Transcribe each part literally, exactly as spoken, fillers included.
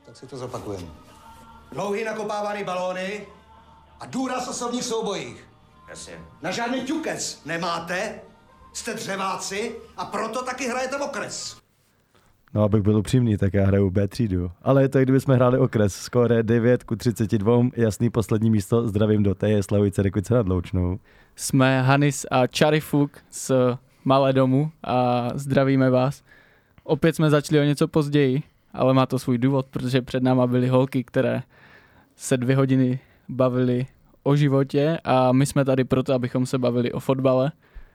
Tak si to zopakujeme. Dlouhý nakopávaný balóny a důraz v osobních soubojích. Jasně. Na žádný ťukec nemáte, jste dřeváci a proto taky hrajete okres. No, abych byl upřímný, tak já hraju B třídu. Ale je to, kdyby jsme hráli okres. Skóre devět ku třiceti dvěma, jasný poslední místo, zdravím do té Slavice Rekovice nad Loučnou. Jsme Hanis a Charifuk z Malé domu a zdravíme vás. Opět jsme začali o něco později, ale má to svůj důvod, protože před náma byly holky, které se dvě hodiny bavily o životě a my jsme tady proto, abychom se bavili o fotbale.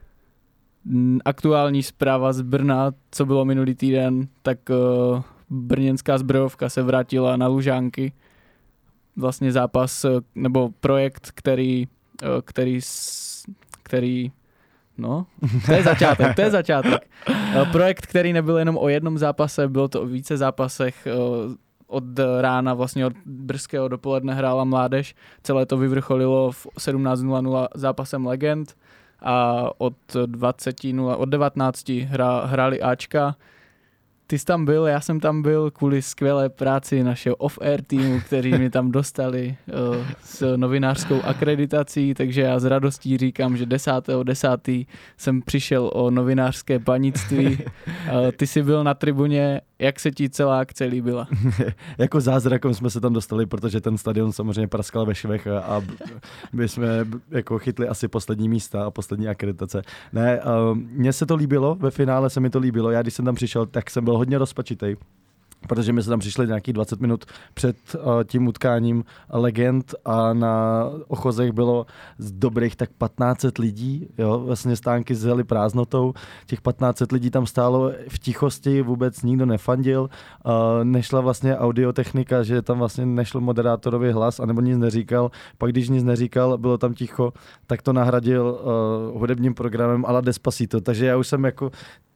Aktuální zpráva z Brna, co bylo minulý týden, tak uh, brněnská Zbrojovka se vrátila na Lužánky. Vlastně zápas, nebo projekt, který, uh, který, který no, to je začátek, to je začátek. Uh, projekt, který nebyl jenom o jednom zápase, bylo to o více zápasech. Uh, od rána, vlastně od brzkého dopoledne hrála mládež. Celé to vyvrcholilo v sedmnáct nula nula zápasem legend. A od dvacet nula, od devatenácti hra, hráli Ačka. Ty jsi tam byl, já jsem tam byl kvůli skvělé práci našeho off-air týmu, kteří mi tam dostali uh, s novinářskou akreditací, takže já s radostí říkám, že desátého desátého jsem přišel o novinářské panictví. Uh, ty jsi byl na tribuně, jak se ti celá akce líbila? Jako zázrakem jsme se tam dostali, protože ten stadion samozřejmě praskal ve švech a, a my jsme jako chytli asi poslední místa a poslední akreditace. Ne, uh, mně se to líbilo, ve finále se mi to líbilo. Já když jsem tam přišel, tak jsem byl hodně rozpačitej, protože my jsme tam přišli nějakých dvacet minut před uh, tím utkáním legend a na ochozech bylo z dobrých tak patnáct set lidí, jo, vlastně stánky zjeli prázdnotou, těch patnáct set lidí tam stálo v tichosti, vůbec nikdo nefandil, uh, nešla vlastně audiotechnika, že tam vlastně nešel moderátorovi hlas, anebo nic neříkal, pak když nic neříkal, bylo tam ticho, tak to nahradil uh, hudebním programem a la Despacito, takže já už jsem jako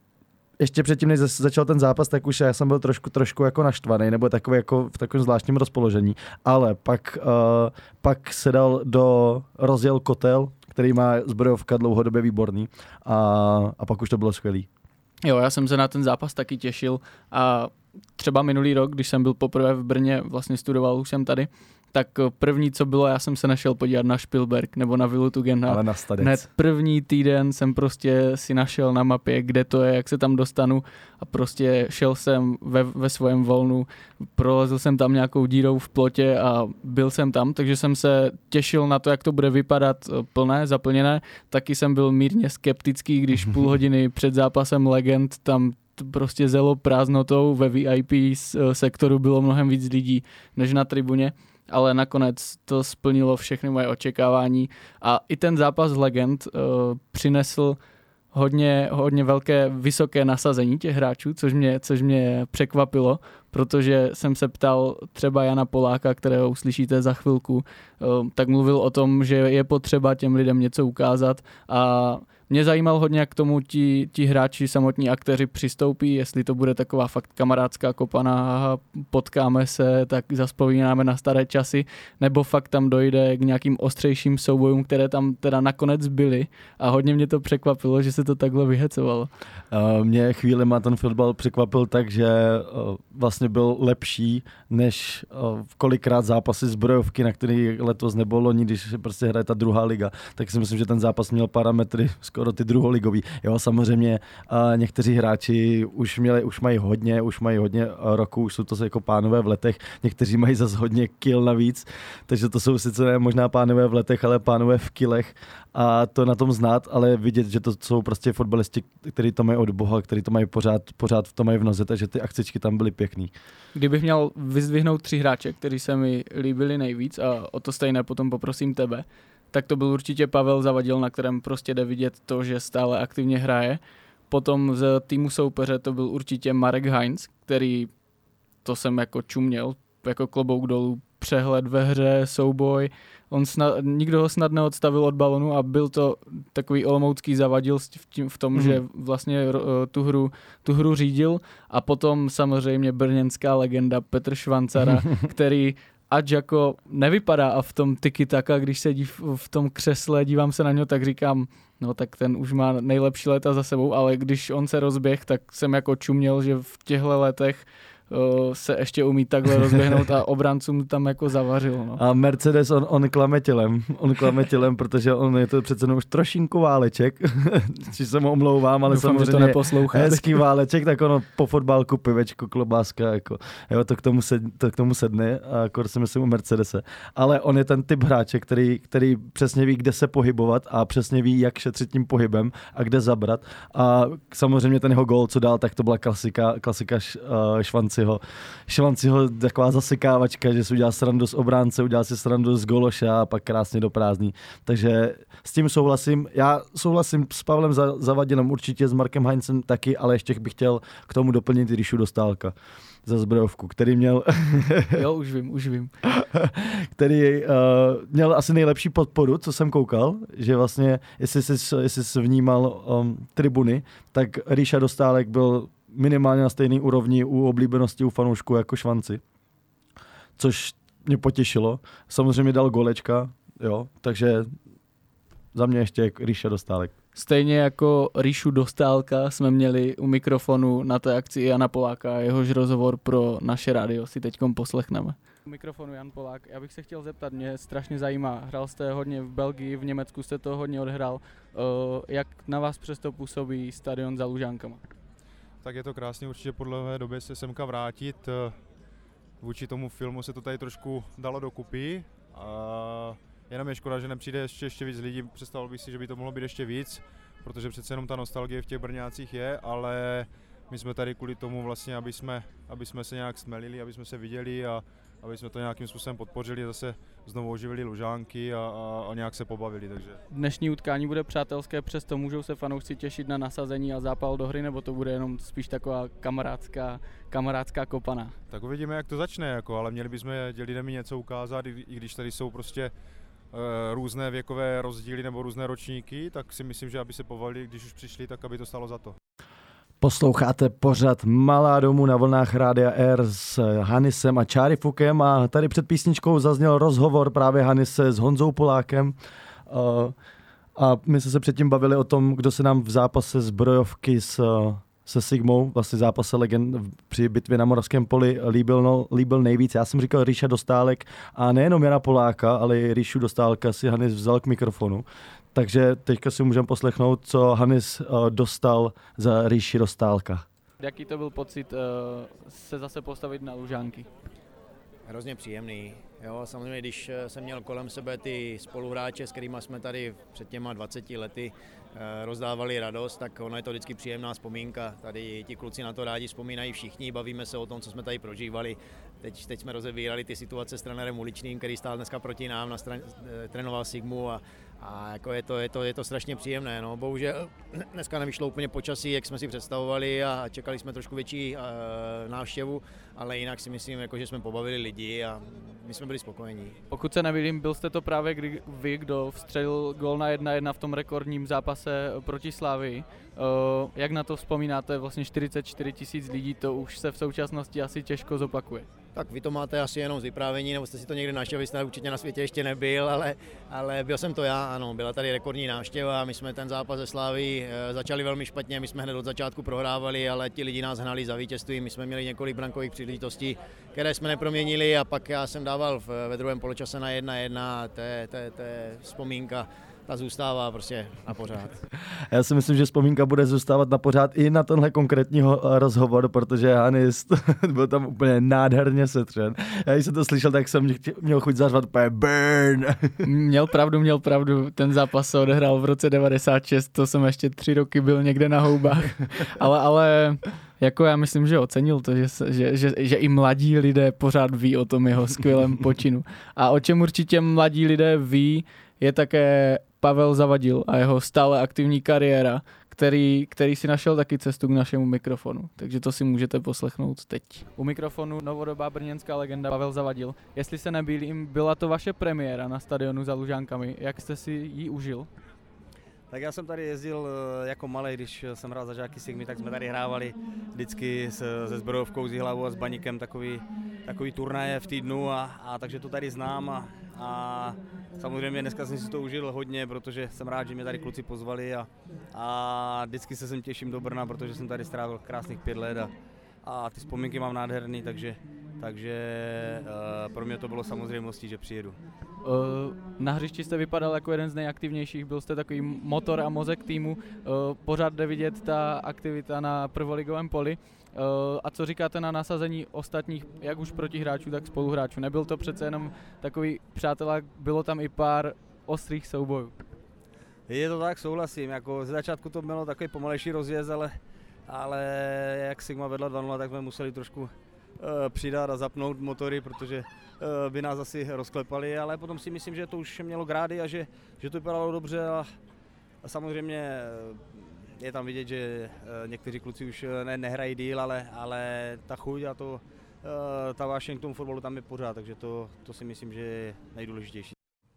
ještě předtím, než začal ten zápas, tak už já jsem byl trošku, trošku jako naštvaný, nebo takový jako v takovém zvláštním rozpoložení. Ale pak, uh, pak se dal do rozjel kotel, který má Zbrojovka dlouhodobě výborný a, a pak už to bylo skvělý. Jo, já jsem se na ten zápas taky těšil a třeba minulý rok, když jsem byl poprvé v Brně, vlastně studoval už jsem tady, tak první, co bylo, já jsem se našel podívat na Špilberk nebo na Vilu Tugendhat. Ale na Stadec. Hned první týden jsem prostě si našel na mapě, kde to je, jak se tam dostanu a prostě šel jsem ve, ve svém volnu, prolezl jsem tam nějakou dírou v plotě a byl jsem tam, takže jsem se těšil na to, jak to bude vypadat plné, zaplněné. Taky jsem byl mírně skeptický, když půl hodiny před zápasem legend tam prostě zelo prázdnotou, ve V I P sektoru bylo mnohem víc lidí než na tribuně, ale nakonec to splnilo všechny moje očekávání a i ten zápas legend uh, přinesl hodně, hodně velké, vysoké nasazení těch hráčů, což mě, což mě překvapilo, protože jsem se ptal třeba Jana Poláka, kterého uslyšíte za chvilku, uh, tak mluvil o tom, že je potřeba těm lidem něco ukázat a mě zajímalo hodně, jak k tomu ti, ti hráči, samotní aktéři přistoupí, jestli to bude taková fakt kamarádská kopaná, potkáme se, tak zaspomínáme na staré časy, nebo fakt tam dojde k nějakým ostřejším soubojům, které tam teda nakonec byly a hodně mě to překvapilo, že se to takhle vyhecovalo. Uh, mě chvílema ten fotbal překvapil tak, že uh, vlastně byl lepší než uh, kolikrát zápasy Zbrojovky, na který letos nebylo loni, když prostě hraje ta druhá liga, tak si myslím, že ten zápas měl parametry skoro ty druholigový. Jo, samozřejmě uh, někteří hráči už měli, už mají hodně, už mají hodně roku, už jsou to jako pánové v letech, někteří mají zase hodně kil navíc, takže to jsou sice ne možná pánové v letech, ale pánové v kilech a to na tom znát, ale vidět, že to jsou prostě fotbalisti, kteří to mají od Boha, kteří to mají pořád, pořád to mají v noze, takže ty akcičky tam byly pěkný. Kdybych měl vyzdvihnout tři hráče, kteří se mi líbili nejvíc a o to stejné potom poprosím tebe, tak to byl určitě Pavel Zavadil, na kterém prostě jde vidět to, že stále aktivně hraje. Potom z týmu soupeře to byl určitě Marek Heinz, který, to jsem jako čuměl, jako klobouk dolů, přehled ve hře, souboj. On snad, nikdo ho snad neodstavil od balonu a byl to takový olomoucký Zavadil v, tím, v tom, mm. že vlastně tu hru, tu hru řídil. A potom samozřejmě brněnská legenda Petr Švancara, který ať jako nevypadá a v tom tiki-taka, když sedí v, v tom křesle, dívám se na něho, tak říkám, no tak ten už má nejlepší léta za sebou, ale když on se rozběh, tak jsem jako čuměl, že v těchto letech uh, se ještě umí takhle rozběhnout a obráncům tam jako zavařil. No. A Mercedes, on, on klame tělem, on klame tělem, protože on je to přece už trošinku váleček, či se mu omlouvám, ale Doufám, samozřejmě to neposlouchá. Hezký váleček, tak ono po fotbálku, pivečko, klobáska, jako, jo, to k tomu, sed, to k tomu sedne a akor si myslím u Mercedese. Ale on je ten typ hráče, který, který přesně ví, kde se pohybovat a přesně ví, jak šetřit tím pohybem a kde zabrat. A samozřejmě ten jeho gól, co dal, tak to byla klasika, klasika š, uh, Švanciho. Švanciho taková zasekávačka, že si udělal srandu z obránce, udělal si srandu z gološa a pak krásně do prázdný. Takže s tím souhlasím. Já souhlasím s Pavlem Zavadilem, určitě s Markem Heinzem taky, ale ještě bych chtěl k tomu doplnit Ríšu Dostálka za zbrojovku, který měl... Jo, už vím, už vím. který uh, měl asi nejlepší podporu, co jsem koukal, že vlastně, jestli jsi, jestli jsi vnímal um, tribuny, tak Ríša Dostálek byl minimálně na stejné úrovni u oblíbenosti u fanoušků jako Švanci, což mě potěšilo. Samozřejmě dal golečka, jo, takže za mě ještě Ríša Dostálek. Stejně jako Ríšu Dostálka jsme měli u mikrofonu na té akci Jana Poláka, jehož rozhovor pro naše rádio si teďkom poslechneme. U mikrofonu Jan Polák, já bych se chtěl zeptat, mě strašně zajímá, hrál jste hodně v Belgii, v Německu jste to hodně odhrál, jak na vás přesto působí stadion za Lužánkama? Tak je to krásně, určitě po dlouhé době se semka vrátit, vůči tomu filmu se to tady trošku dalo dokupy. A jenom je škoda, že nepřijde ještě, ještě víc lidí, představil bych si, že by to mohlo být ještě víc, protože přece jenom ta nostalgie v těch Brňácích je, ale my jsme tady kvůli tomu vlastně, aby jsme, aby jsme se nějak stmelili, aby jsme se viděli a aby jsme to nějakým způsobem podpořili, zase znovu oživili Lužánky a, a, a nějak se pobavili. Takže. Dnešní utkání bude přátelské, přesto můžou se fanoušci těšit na nasazení a zápal do hry, nebo to bude jenom spíš taková kamarádská, kamarádská kopana? Tak uvidíme, jak to začne, jako, ale měli bychom lidem něco ukázat, i, i když tady jsou prostě různé věkové rozdíly nebo různé ročníky, tak si myslím, že aby se pobavili, když už přišli, tak aby to stalo za to. Posloucháte pořad Malá domů na vlnách Rádia R s Hanisem a Čárifukem a tady před písničkou zazněl rozhovor právě Hanise s Honzou Polákem a my jsme se předtím bavili o tom, kdo se nám v zápase zbrojovky s se Sigmou, vlastně zápase legend při bitvě na Moravském poli líbil, no, líbil nejvíc. Já jsem říkal Ríša Dostálek a nejenom Jana Poláka, ale i Ríšu Dostálka si Hanis vzal k mikrofonu. Takže teďka si můžeme poslechnout, co Hanis uh, dostal za Ríši Dostálka. Jaký to byl pocit uh, se zase postavit na Lužánky? Hrozně příjemný. Jo, samozřejmě, když jsem měl kolem sebe ty spoluhráče, s kterými jsme tady před těma dvaceti lety rozdávali radost, tak ono je to vždycky příjemná vzpomínka. Tady ti kluci na to rádi vzpomínají všichni, bavíme se o tom, co jsme tady prožívali. Teď, teď jsme rozebírali ty situace s trenérem Uličným, který stál dneska proti nám, na stran, trénoval Sigmu a, a jako je, to, je, to, je to strašně příjemné. No. Bohužel dneska nevyšlo úplně počasí, jak jsme si představovali a čekali jsme trošku větší uh, návštěvu, ale jinak si myslím, jako, že jsme pobavili lidi a my jsme byli spokojení. Pokud se nemýlím, byl jste to právě kdy, vy, kdo vstřelil gól na jedna jedna v tom rekordním zápase proti Slavii. Uh, jak na to vzpomínáte? Vlastně čtyřicet čtyři tisíc lidí, to už se v současnosti asi těžko zopakuje. Tak vy to máte asi jenom z vyprávění, nebo jste si to někde naštěvili, jste určitě na světě ještě nebyl, ale, ale byl jsem to já, ano, byla tady rekordní návštěva, my jsme ten zápas ze Slaví e, začali velmi špatně, my jsme hned od začátku prohrávali, ale ti lidi nás hnali za vítězství, my jsme měli několik brankových příležitostí, které jsme neproměnili a pak já jsem dával v, ve druhém poločase na jedna jedna a to je, to je, to je vzpomínka. Ta zůstává prostě na pořád. Já si myslím, že vzpomínka bude zůstávat na pořád i na tenhle konkrétního rozhovor, protože Hanis byl tam úplně nádherně setřen. Já když jsem to slyšel, tak jsem měl chuť zařvat burn. Měl pravdu, měl pravdu. Ten zápas se odehrál v roce devadesát šest, to jsem ještě tři roky byl někde na houbách. ale, ale jako já myslím, že ocenil to, že, že, že, že i mladí lidé pořád ví o tom jeho skvělém počinu. A o čem určitě mladí lidé ví, je také Pavel Zavadil a jeho stále aktivní kariéra, který, který si našel taky cestu k našemu mikrofonu. Takže to si můžete poslechnout teď. U mikrofonu novodobá brněnská legenda Pavel Zavadil. Jestli se nebýlím, byla to vaše premiéra na stadionu za Lužánkami. Jak jste si ji užil? Tak já jsem tady jezdil jako malej, když jsem hrál za žáky Sigmy, tak jsme tady hrávali vždycky se, se zbrojovkou, s Jihlavou a s Baníkem takový, takový turnaje v týdnu a, a takže to tady znám a, a samozřejmě dneska jsem si to užil hodně, protože jsem rád, že mě tady kluci pozvali a, a vždycky se sem těším do Brna, protože jsem tady strávil krásných pět let a, a ty vzpomínky mám nádherný, takže, takže uh, pro mě to bylo samozřejmostí, že přijedu. Uh, na hřišti jste vypadal jako jeden z nejaktivnějších, byl jste takový motor a mozek týmu, uh, pořád jde vidět ta aktivita na prvoligovém poli. Uh, a co říkáte na nasazení ostatních, jak už protihráčů, tak spoluhráčů? Nebyl to přece jenom takový přátelák, bylo tam i pár ostrých soubojů. Je to tak, souhlasím, jako ze začátku to bylo takový pomalejší rozjezd, ale, ale jak Sigma vedla dva nula, tak jsme museli trošku uh, přidat a zapnout motory, protože uh, by nás asi rozklepali, ale potom si myslím, že to už mělo grády a že, že to vypadalo dobře a, a samozřejmě je tam vidět, že uh, někteří kluci už ne, nehrají díl, ale, ale ta chuť a to, uh, ta vášeň k tomu fotbalu tam je pořád, takže to, to si myslím, že je nejdůležitější.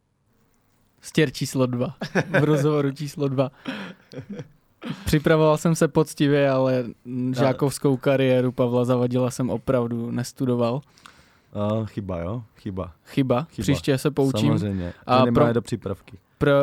Stěr číslo dva, v rozhovoru číslo dva. Připravoval jsem se poctivě, ale žákovskou kariéru Pavla Zavadila jsem opravdu nestudoval. Uh, chyba, jo? Chyba. Chyba. Chyba. Příště se poučím. Samozřejmě. A nemá pro, do přípravky. Pro,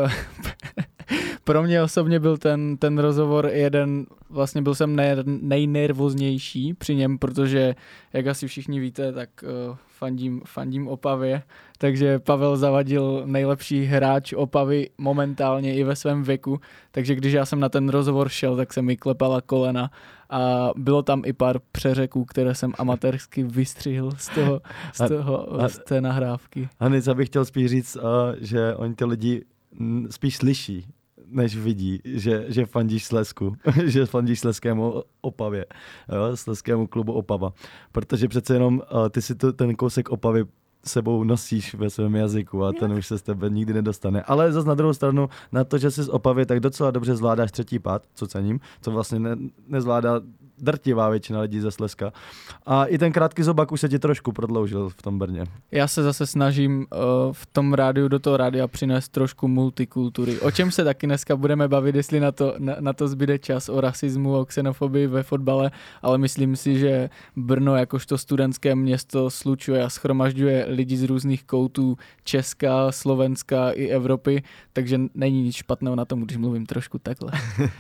pro mě osobně byl ten, ten rozhovor jeden, vlastně byl jsem nej, nejnervóznější při něm, protože, jak asi všichni víte, tak uh, fandím, fandím Opavě, takže Pavel Zavadil nejlepší hráč Opavy momentálně i ve svém věku, takže když já jsem na ten rozhovor šel, tak se mi klepala kolena a bylo tam i pár přeřeků, které jsem amatérsky vystřihl z toho, z, toho, a, z té nahrávky. Hanic, abych chtěl spíš říct, uh, že oni ty lidi spíš slyší, než vidí, že, že fandíš Slezsku, že fandíš slezskému Opavě, jo, slezskému klubu Opava. Protože přece jenom uh, ty si to, ten kousek Opavy sebou nosíš ve svém jazyku a ten už se z tebe nikdy nedostane. Ale zase na druhou stranu, na to, že jsi z Opavy, tak docela dobře zvládáš třetí pád, co cením, co vlastně ne, nezvládá drtivá většina lidí ze Slezska. A i ten krátký zobák už se ti trošku prodloužil v tom Brně. Já se zase snažím uh, v tom rádiu do toho rádia přinést trošku multikultury. O čem se taky dneska budeme bavit, jestli na to, na, na to zbyde čas, o rasismu, o xenofobii ve fotbale, ale myslím si, že Brno jakožto studentské město slučuje a shromažďuje lidi z různých koutů Česka, Slovenska i Evropy, takže není nic špatného na tom, když mluvím trošku takhle.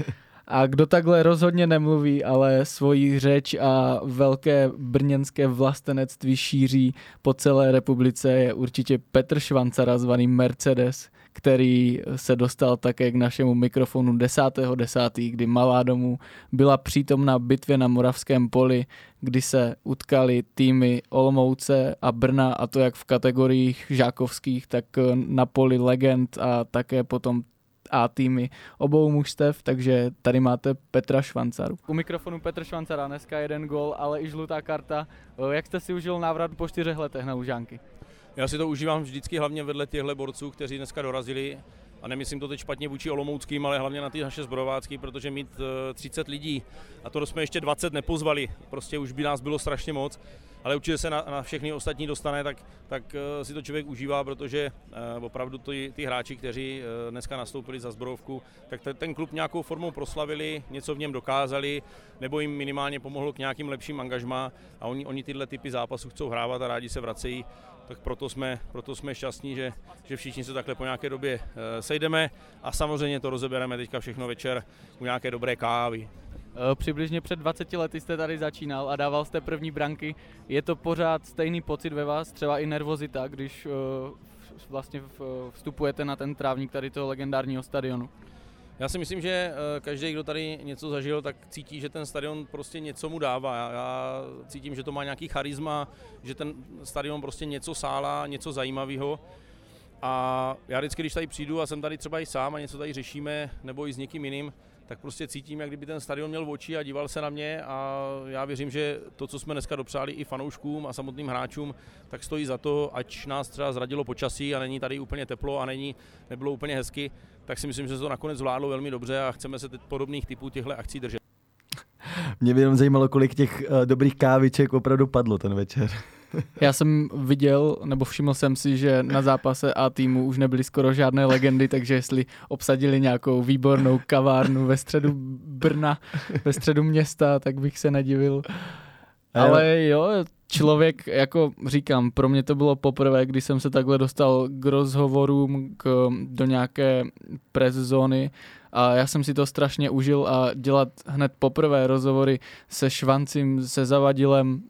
A kdo takhle rozhodně nemluví, ale svoji řeč a velké brněnské vlastenectví šíří po celé republice, je určitě Petr Švancara, zvaný Mercedes, který se dostal také k našemu mikrofonu desátého desátého kdy Malá Domů byla přítomna bitvě na Moravském poli, kdy se utkali týmy Olomouce a Brna, a to jak v kategoriích žákovských, tak na poli legend a také potom a týmy obou mužstev, takže tady máte Petra Švancaru. U mikrofonu Petr Švancara, dneska jeden gól, ale i žlutá karta. Jak jste si užil návrat po čtyřech letech na Lužánky? Já si to užívám vždycky hlavně vedle těchto borců, kteří dneska dorazili. A nemyslím to teď špatně vůči olomouckým, ale hlavně na ty naše zbrojovácký, protože mít třicet lidí a to jsme ještě dvacet nepozvali, prostě už by nás bylo strašně moc, ale určitě se na, na všechny ostatní dostane, tak, tak si to člověk užívá, protože uh, opravdu ty, ty hráči, kteří uh, dneska nastoupili za zbrojovku, tak te, ten klub nějakou formou proslavili, něco v něm dokázali, nebo jim minimálně pomohlo k nějakým lepším angažmá a oni, oni tyhle typy zápasů chcou hrávat a rádi se vracejí. Tak proto jsme, proto jsme šťastní, že, že všichni se takhle po nějaké době e, sejdeme a samozřejmě to rozebereme teďka všechno večer u nějaké dobré kávy. E, přibližně před dvaceti lety jste tady začínal a dával jste první branky. Je to pořád stejný pocit ve vás, třeba i nervozita, když e, vlastně vstupujete na ten trávník tady toho legendárního stadionu? Já si myslím, že každý, kdo tady něco zažil, tak cítí, že ten stadion prostě něco mu dává. Já cítím, že to má nějaký charisma, že ten stadion prostě něco sálá, něco zajímavého. A já vždycky, když tady přijdu a jsem tady třeba i sám a něco tady řešíme, nebo i s někým jiným, tak prostě cítím, jak kdyby ten stadion měl oči a díval se na mě a já věřím, že to, co jsme dneska dopřáli i fanouškům a samotným hráčům, tak stojí za to, ať nás třeba zradilo počasí a není tady úplně teplo a není, nebylo úplně hezky, tak si myslím, že se to nakonec zvládlo velmi dobře a chceme se teď podobných typů těchto akcí držet. Mě by jenom zajímalo, kolik těch uh, dobrých káviček opravdu padlo ten večer. Já jsem viděl, nebo všiml jsem si, že na zápase A týmu už nebyly skoro žádné legendy, takže jestli obsadili nějakou výbornou kavárnu ve středu Brna, ve středu města, tak bych se nedivil. Ale jo, člověk, jako říkám, pro mě to bylo poprvé, kdy jsem se takhle dostal k rozhovorům, k, do nějaké press zóny a já jsem si to strašně užil a dělat hned poprvé rozhovory se Švancím, se Zavadilem,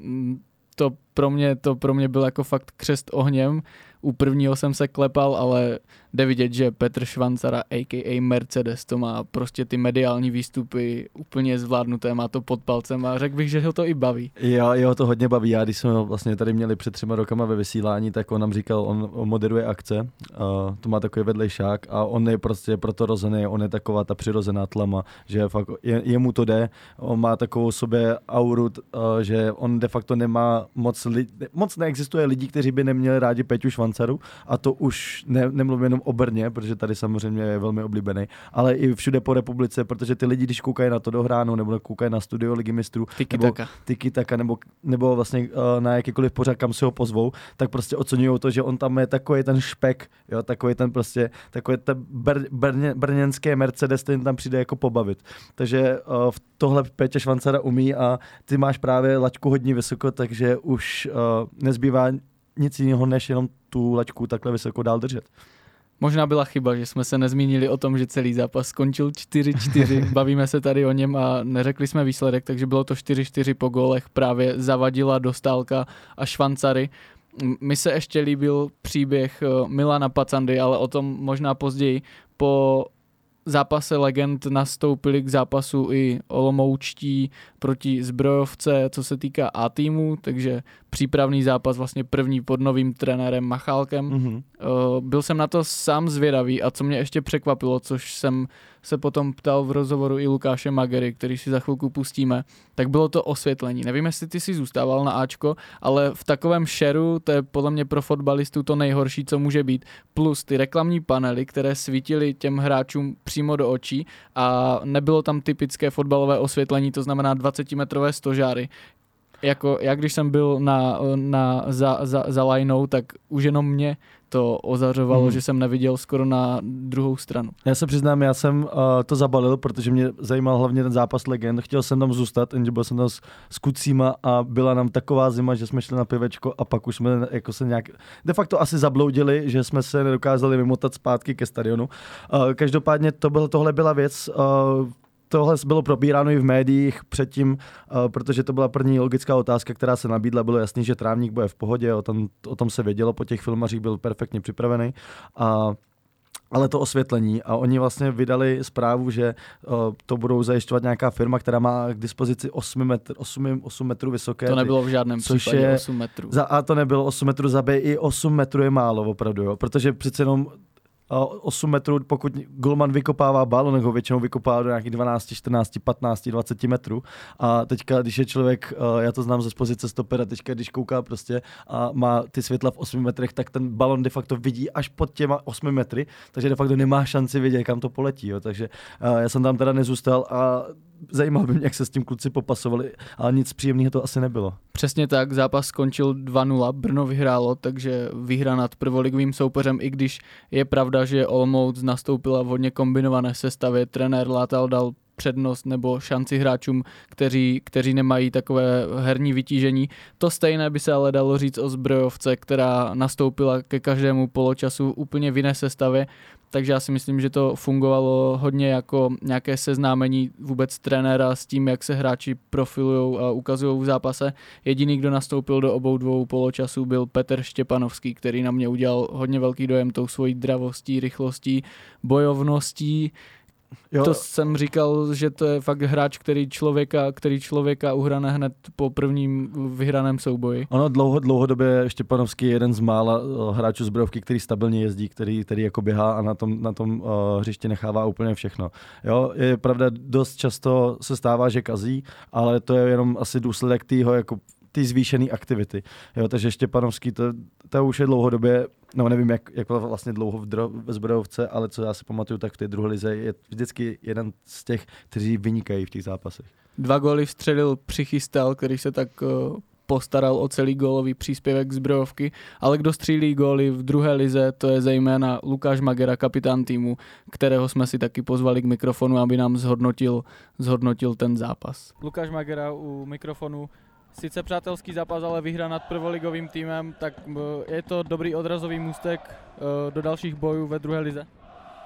to pro mě, to pro mě byl jako fakt křest ohněm. U prvního jsem se klepal, ale jde vidět, že Petr Švancara, a k a. Mercedes, to má prostě ty mediální výstupy úplně zvládnuté, má to pod palcem a řekl bych, že ho to i baví. Jo, jeho to hodně baví. Já, když jsme ho vlastně tady měli před třema rokama ve vysílání, tak on nám říkal, on, on moderuje akce, uh, to má takový vedlejšák a on je prostě proto rozený, on je taková ta přirozená tlama, že fakt je, jemu to jde, on má takovou sobě auru, uh, že on de facto nemá moc, li, moc neexistuje lidí, kteří by neměli rádi Peťu Švancaru a to už ne, nemluvím jenom o Brně, protože tady samozřejmě je velmi oblíbený, ale i všude po republice, protože ty lidi, když koukají na to dohráno, nebo koukají na studio Ligy mistrů, nebo Tiki Taka, nebo, nebo vlastně uh, na jakýkoliv pořad, kam si ho pozvou, tak prostě oceňují to, že on tam je takový ten špek, jo, takový ten prostě, takový ten br, brně, brněnský Mercedes, ten tam přijde jako pobavit. Takže uh, v tohle Péťa Švancara umí a ty máš právě laťku hodně vysoko, takže už uh, nezbývá nic jiného, než jenom tu laťku takhle vysoko dál držet. Možná byla chyba, že jsme se nezmínili o tom, že celý zápas skončil čtyři čtyři. Bavíme se tady o něm a neřekli jsme výsledek, takže bylo to čtyři čtyři po gólech právě Zavadila, Dostálka a Švancary. Mi se ještě líbil příběh Milana Pacandy, ale o tom možná později. Po zápase legend nastoupili k zápasu i olomoučtí proti Zbrojovce, co se týká A týmu, takže přípravný zápas vlastně první pod novým trenérem Machálkem. Mm-hmm. Byl jsem na to sám zvědavý a co mě ještě překvapilo, což jsem se potom ptal v rozhovoru i Lukáše Magery, který si za chvilku pustíme, tak bylo to osvětlení. Nevím, jestli ty si zůstával na Ačko, ale v takovém šeru, to je podle mě pro fotbalistu to nejhorší, co může být, plus ty reklamní panely, které svítily těm hráčům přímo do očí a nebylo tam typické fotbalové osvětlení, to znamená dvacetimetrové stožáry. Jako, jak když jsem byl na, na, za, za, za lajnou, tak už jenom mě to ozařovalo, mm. že jsem neviděl skoro na druhou stranu. Já se přiznám, já jsem uh, to zabalil, protože mě zajímal hlavně ten zápas legend. Chtěl jsem tam zůstat, jenže byl jsem tam s, s kucíma a byla nám taková zima, že jsme šli na pivečko a pak už jsme jako se nějak de facto asi zabloudili, že jsme se nedokázali vymotat zpátky ke stadionu. Uh, každopádně to byl, tohle byla věc, uh, tohle bylo probíráno i v médiích předtím, uh, protože to byla první logická otázka, která se nabídla. Bylo jasný, že Trávník bude v pohodě, o tom, o tom se vědělo, po těch filmařích byl perfektně připravený. A ale to osvětlení a oni vlastně vydali zprávu, že uh, to budou zajišťovat nějaká firma, která má k dispozici osm metrů vysoké. To nebylo v žádném případě je, osm metrů. Za A to nebylo osm metrů, za B i osm metrů je málo opravdu, jo, protože přece jenom osm metrů, pokud golman vykopává bal, on ho většinou vykopává do nějakých dvanáct, čtrnáct, patnáct, dvacet metrů. A teďka, když je člověk, já to znám ze pozice stopera, teďka, když kouká prostě a má ty světla v osmi metrech, tak ten balon de facto vidí až pod těma osmi metry, takže de facto nemá šanci vidět, kam to poletí. Jo. Takže já jsem tam teda nezůstal a zajímalo by mě, jak se s tím kluci popasovali, ale nic příjemného to asi nebylo. Přesně tak, zápas skončil dva nula, Brno vyhrálo, takže výhra nad prvoligovým soupeřem, i když je pravda, že Olomouc nastoupila v hodně kombinované sestavě, trenér Látal dal přednost nebo šanci hráčům, kteří, kteří nemají takové herní vytížení. To stejné by se ale dalo říct o Zbrojovce, která nastoupila ke každému poločasu úplně v jiné sestavě, takže já si myslím, že to fungovalo hodně jako nějaké seznámení vůbec trenéra s tím, jak se hráči profilují a ukazují v zápase. Jediný, kdo nastoupil do obou dvou poločasů, byl Petr Štěpanovský, který na mě udělal hodně velký dojem tou svojí dravostí, rychlostí, bojovností. Jo. To jsem říkal, že to je fakt hráč, který člověka, který člověka uhrane hned po prvním vyhraném souboji. Ono dlouho, dlouhodobě Štěpanovský je jeden z mála hráčů Zbrojovky, který stabilně jezdí, který, který jako běhá a na tom, na tom uh, hřišti nechává úplně všechno. Jo, je pravda, dost často se stává, že kazí, ale to je jenom asi důsledek týho jako ty zvýšené aktivity. Jo, takže Štěpanovský, to, to už je dlouhodobě, no nevím, jak, jak vlastně dlouho v dro, ve Zbrojovce, ale co já si pamatuju, tak v té druhé lize je vždycky jeden z těch, kteří vynikají v těch zápasech. Dva góly vstřelil Přichystal, který se tak uh, postaral o celý gólový příspěvek Zbrojovky, ale kdo střílí góly v druhé lize, to je zejména Lukáš Magera, kapitán týmu, kterého jsme si taky pozvali k mikrofonu, aby nám zhodnotil, zhodnotil ten zápas. Lukáš Magera u mikrofonu. Sice přátelský zápas, ale výhra nad prvoligovým týmem, tak je to dobrý odrazový můstek do dalších bojů ve druhé lize?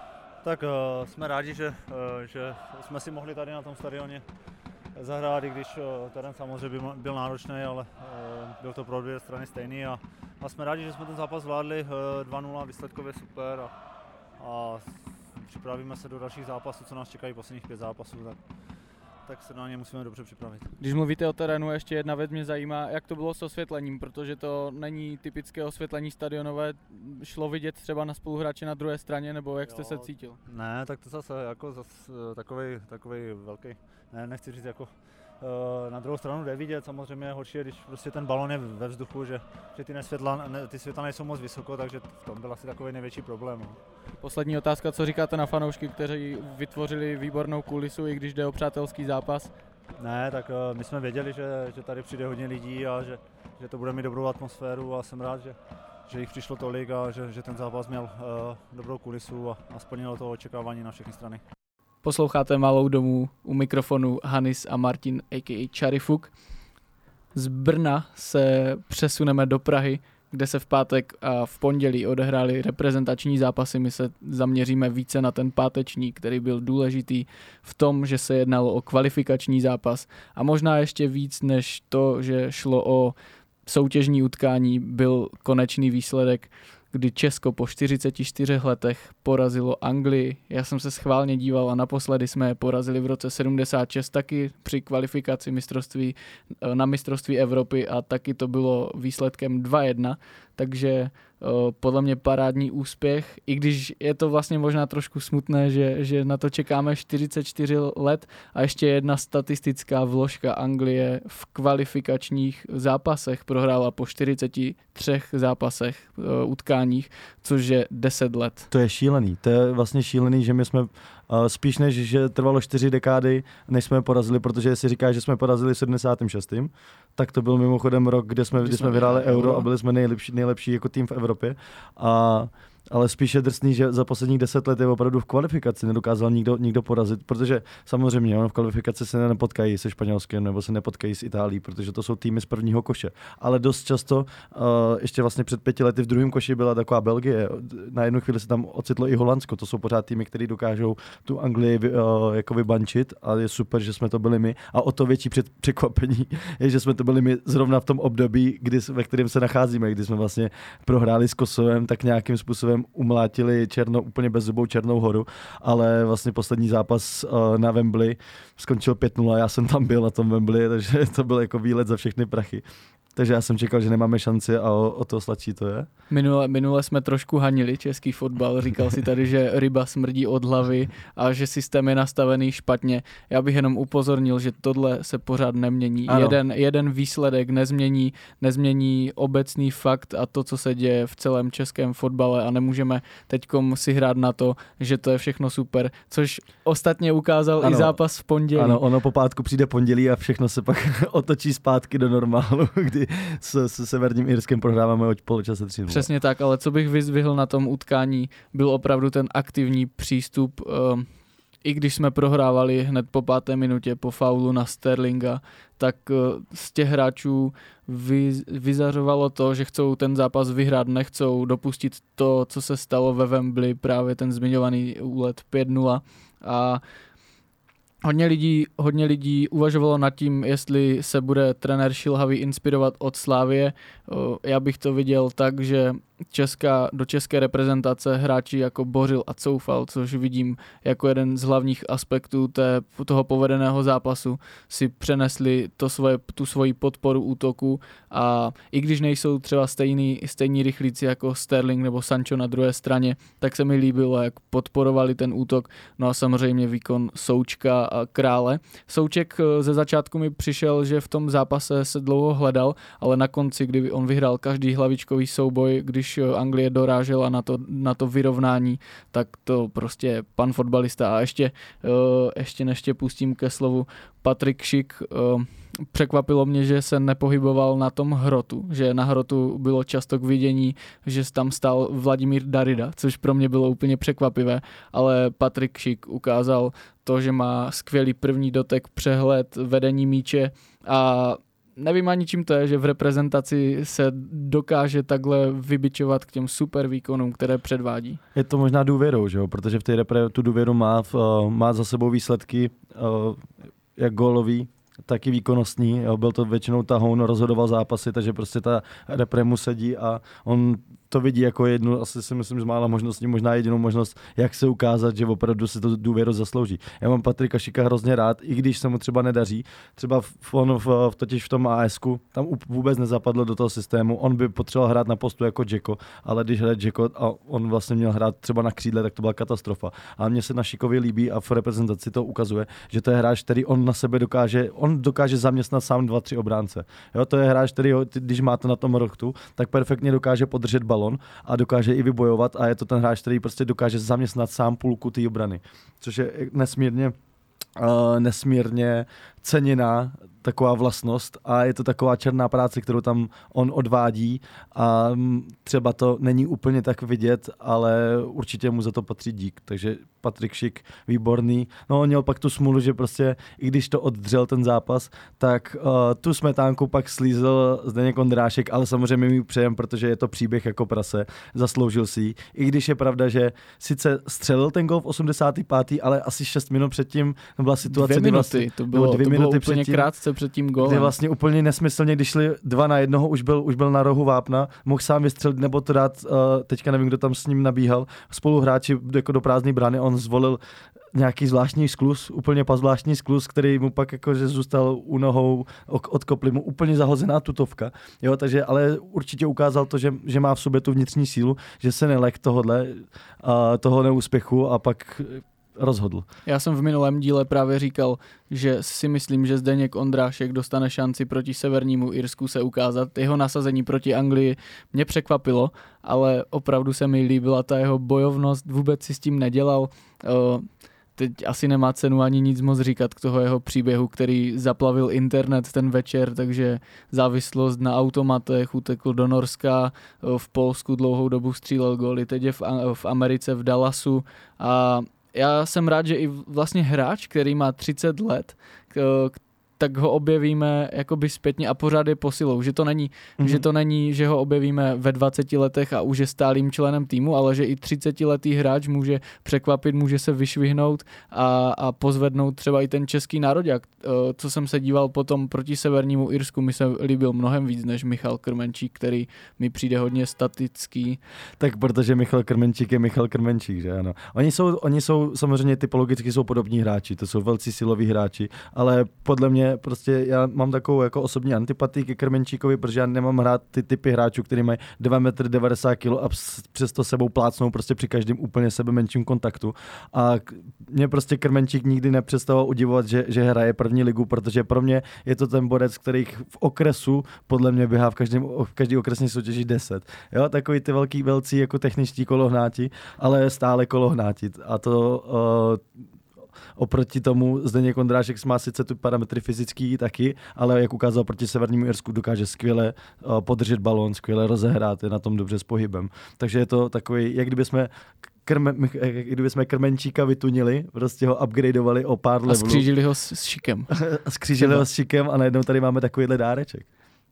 Tak uh, jsme rádi, že, uh, že jsme si mohli tady na tom stadioně zahrát, i když uh, terén samozřejmě byl, byl náročný, ale uh, byl to pro dvě strany stejný a, a jsme rádi, že jsme ten zápas zvládli uh, dva nula, výsledkově super a, a připravíme se do dalších zápasů, co nás čekají posledních pět zápasů, tak, tak se na ně musíme dobře připravit. Když mluvíte o terénu, ještě jedna věc mě zajímá, jak to bylo s osvětlením, protože to není typické osvětlení stadionové, šlo vidět třeba na spoluhráče na druhé straně, nebo jak jste jo, se cítil? Ne, tak to zase jako zase takovej, takovej velký, ne, nechci říct jako na druhou stranu jde vidět, samozřejmě horší je, když prostě ten balon je ve vzduchu, že, že ty, nesvětla, ne, ty světla nejsou moc vysoko, takže v tom byl asi takový největší problém. No. Poslední otázka, co říkáte na fanoušky, kteří vytvořili výbornou kulisu, i když jde o přátelský zápas? Ne, tak uh, my jsme věděli, že, že tady přijde hodně lidí a že, že to bude mít dobrou atmosféru a jsem rád, že, že jich přišlo tolik a že, že ten zápas měl uh, dobrou kulisu a, a splnilo to očekávání na všechny strany. Posloucháte Malou domů, u mikrofonu Hanis a Martin a ká a Čarifuk. Z Brna se přesuneme do Prahy, kde se v pátek a v pondělí odehrály reprezentační zápasy. My se zaměříme více na ten páteční, který byl důležitý v tom, že se jednalo o kvalifikační zápas a možná ještě víc než to, že šlo o soutěžní utkání, byl konečný výsledek, kdy Česko po čtyřiceti čtyřech letech porazilo Anglii. Já jsem se schválně díval a naposledy jsme je porazili v roce sedmdesát šest taky při kvalifikaci mistrovství, na mistrovství Evropy a taky to bylo výsledkem dva jedna, takže podle mě parádní úspěch, i když je to vlastně možná trošku smutné, že, že na to čekáme čtyřicet čtyři let a ještě jedna statistická vložka. Anglie v kvalifikačních zápasech prohrála po čtyřiceti třech zápasech, utkáních, což je deset let. To je šílený, to je vlastně šílený, že my jsme Uh, spíš než, že trvalo čtyři dekády, než jsme porazili, protože jestli říkáš, že jsme porazili v sedmdesátém šestém tak to byl mimochodem rok, kde jsme, kdy jsme vyhráli euro a byli jsme nejlepší, nejlepší jako tým v Evropě. A ale spíše drsný, že za posledních deset let je opravdu v kvalifikaci nedokázal nikdo, nikdo porazit, protože samozřejmě on v kvalifikaci se nepotkají se Španělskem nebo se nepotkají s Itálií, protože to jsou týmy z prvního koše. Ale dost často, uh, ještě vlastně před pěti lety v druhém koši byla taková Belgie, na jednu chvíli se tam ocitlo i Holandsko, to jsou pořád týmy, které dokážou tu Anglii uh, jako vybančit a je super, že jsme to byli my. A o to větší před, překvapení je, že jsme to byli my zrovna v tom období, kdy, ve kterém se nacházíme, kdy jsme vlastně prohráli s Kosovem, tak nějakým způsobem umlátili černo, úplně bezzubou Černou Horu, ale vlastně poslední zápas uh, na Wembley skončil pět nula, já jsem tam byl na tom Wembley, takže to byl jako výlet za všechny prachy. Takže já jsem čekal, že nemáme šanci a o, o to sladší to je. Minule, minule jsme trošku hanili český fotbal. Říkal si tady, že ryba smrdí od hlavy a že systém je nastavený špatně. Já bych jenom upozornil, že tohle se pořád nemění. Jeden, jeden výsledek nezmění, nezmění obecný fakt a to, co se děje v celém českém fotbale a nemůžeme teďkom si hrát na to, že to je všechno super, což ostatně ukázal ano, i zápas v pondělí. Ano, ono po pátku přijde pondělí a všechno se pak otočí zpátky do normálu, kdy s, s Severním Irskem prohráváme od poločase tři nula. Přesně tak, ale co bych vyzdvihl na tom utkání, byl opravdu ten aktivní přístup. I když jsme prohrávali hned po páté minutě po faulu na Sterlinga, tak z těch hráčů vyzařovalo to, že chcou ten zápas vyhrát, nechcou dopustit to, co se stalo ve Wembley, právě ten zmiňovaný úlet pět nula a Hodně lidí, hodně lidí uvažovalo nad tím, jestli se bude trenér Šilhavý inspirovat od Slavie. Já bych to viděl tak, že česká, do české reprezentace hráči jako Bořil a Coufal, což vidím jako jeden z hlavních aspektů té, toho povedeného zápasu, si přenesli to svoje, tu svoji podporu útoku a i když nejsou třeba stejný, stejní rychlíci jako Sterling nebo Sancho na druhé straně, tak se mi líbilo, jak podporovali ten útok. No a samozřejmě výkon Součka a Krále. Souček ze začátku mi přišel, že v tom zápase se dlouho hledal, ale na konci, kdy on vyhrál každý hlavičkový souboj, když Anglie dorážela na to, na to vyrovnání, tak to prostě pan fotbalista. A ještě, ještě než tě pustím ke slovu, Patrik Šik, překvapilo mě, že se nepohyboval na tom hrotu, že na hrotu bylo často k vidění, že tam stál Vladimír Darida, což pro mě bylo úplně překvapivé, ale Patrik Šik ukázal to, že má skvělý první dotek, přehled, vedení míče a nevím ani čím to je, že v reprezentaci se dokáže takhle vybičovat k těm super výkonům, které předvádí. Je to možná důvěrou, že jo? Protože v té repre tu důvěru má, v, uh, má za sebou výsledky uh, jak gólový, taky výkonnostní. Jo? Byl to většinou tahoun, rozhodoval zápasy, takže prostě ta repre mu sedí a on to vidí jako jednu, asi si myslím, že mála možností, možná jedinou možnost, jak se ukázat, že opravdu si to důvěru zaslouží. Já mám Patrika Šika hrozně rád, i když se mu třeba nedaří. Třeba v, on v, v, totiž v tom ASku tam vůbec nezapadlo do toho systému. On by potřeboval hrát na postu jako Dzeko, ale když hraje Dzeko a on vlastně měl hrát třeba na křídle, tak to byla katastrofa. A mně se na Šikovi líbí a v reprezentaci to ukazuje, že to je hráč, který on na sebe dokáže, on dokáže zaměstnat sám dva, tři obránce. Jo, to je hráč, který když máte na tom rohtu, tak perfektně dokáže podržet balon a dokáže i vybojovat a je to ten hráč, který prostě dokáže zaměstnat sám půlku té obrany, což je nesmírně, uh, nesmírně ceněná taková vlastnost a je to taková černá práce, kterou tam on odvádí a třeba to není úplně tak vidět, ale určitě mu za to patří dík, takže Patrik Šik, výborný. No on měl pak tu smůlu, že prostě i když to oddřel ten zápas, tak uh, tu smetánku pak slízl Zdeněk Ondrášek, ale samozřejmě mi přejem, protože je to příběh jako prase, zasloužil si ji. I když je pravda, že sice střelil ten gol v osmdesátém pátém ale asi šest minut předtím byla situace, dvě minuty, vlastně, to bylo, dvě to minuty bylo úplně předtím, krátce před tím golem. kdy vlastně úplně nesmyslně, když šli dva na jednoho, už byl, už byl na rohu vápna, mohl sám vystřelit nebo to dát, uh, teďka nevím, kdo tam s ním nabíhal, spoluhráči jako do prázdné brány, on zvolil nějaký zvláštní skluz, úplně zvláštní skluz, který mu pak jakože zůstal u nohou, od koply mu úplně zahozená tutovka, jo, takže ale určitě ukázal to, že, že má v sobě tu vnitřní sílu, že se nelek tohodle, uh, toho neúspěchu a pak rozhodl. Já jsem v minulém díle právě říkal, že si myslím, že Zdeněk Ondrášek dostane šanci proti Severnímu Irsku se ukázat. Jeho nasazení proti Anglii mě překvapilo, ale opravdu se mi líbila ta jeho bojovnost, vůbec si s tím nedělal. Teď asi nemá cenu ani nic moc říkat k toho jeho příběhu, který zaplavil internet ten večer, takže závislost na automatech, utekl do Norska, v Polsku dlouhou dobu střílel góly, teď je v Americe v Dallasu a já jsem rád, že i vlastně hráč, který má třicet let, k, tak ho objevíme jakoby zpětně a pořád je posilou, že to není, mm-hmm. že to není, že ho objevíme ve dvaceti letech a už je stálým členem týmu, ale že i třicetiletý hráč může překvapit, může se vyšvihnout a, a pozvednout třeba i ten český nároďák. Co jsem se díval potom proti Severnímu Irsku, mi se líbil mnohem víc než Michal Krmenčík, který mi přijde hodně statický. Tak protože Michal Krmenčík je Michal Krmenčík, že ano. Oni jsou, oni jsou samozřejmě typologicky jsou podobní hráči, to jsou velcí siloví hráči, ale podle mě prostě já mám takovou jako osobní antipatii ke Krmenčíkovi, protože já nemám hrát ty typy hráčů, kteří mají dva metry devadesát kilogramů a přesto sebou plácnou prostě při každém úplně sebe menším kontaktu. A mě prostě Krmenčík nikdy nepřestával udivovat, že, že hraje první ligu, protože pro mě je to ten borec, který v okresu podle mě běhá v každém v každý okresní soutěži deset. Jo, takový ty velký velcí jako techničtí kolohnáti, ale stále kolohnáti. A to uh, oproti tomu Zdeněk Ondrášek má sice tu parametry fyzický taky, ale jak ukázal proti Severnímu Irsku, dokáže skvěle uh, podržet balón, skvěle rozehrát, je na tom dobře s pohybem. Takže je to takový, jak kdyby jsme Krme, kdyby jsme Krmenčíka vytunili, prostě ho upgradeovali o pár levelů. A skřížili ho s, s Šikem. A skřížili ho s Šikem a najednou tady máme takovýhle dáreček.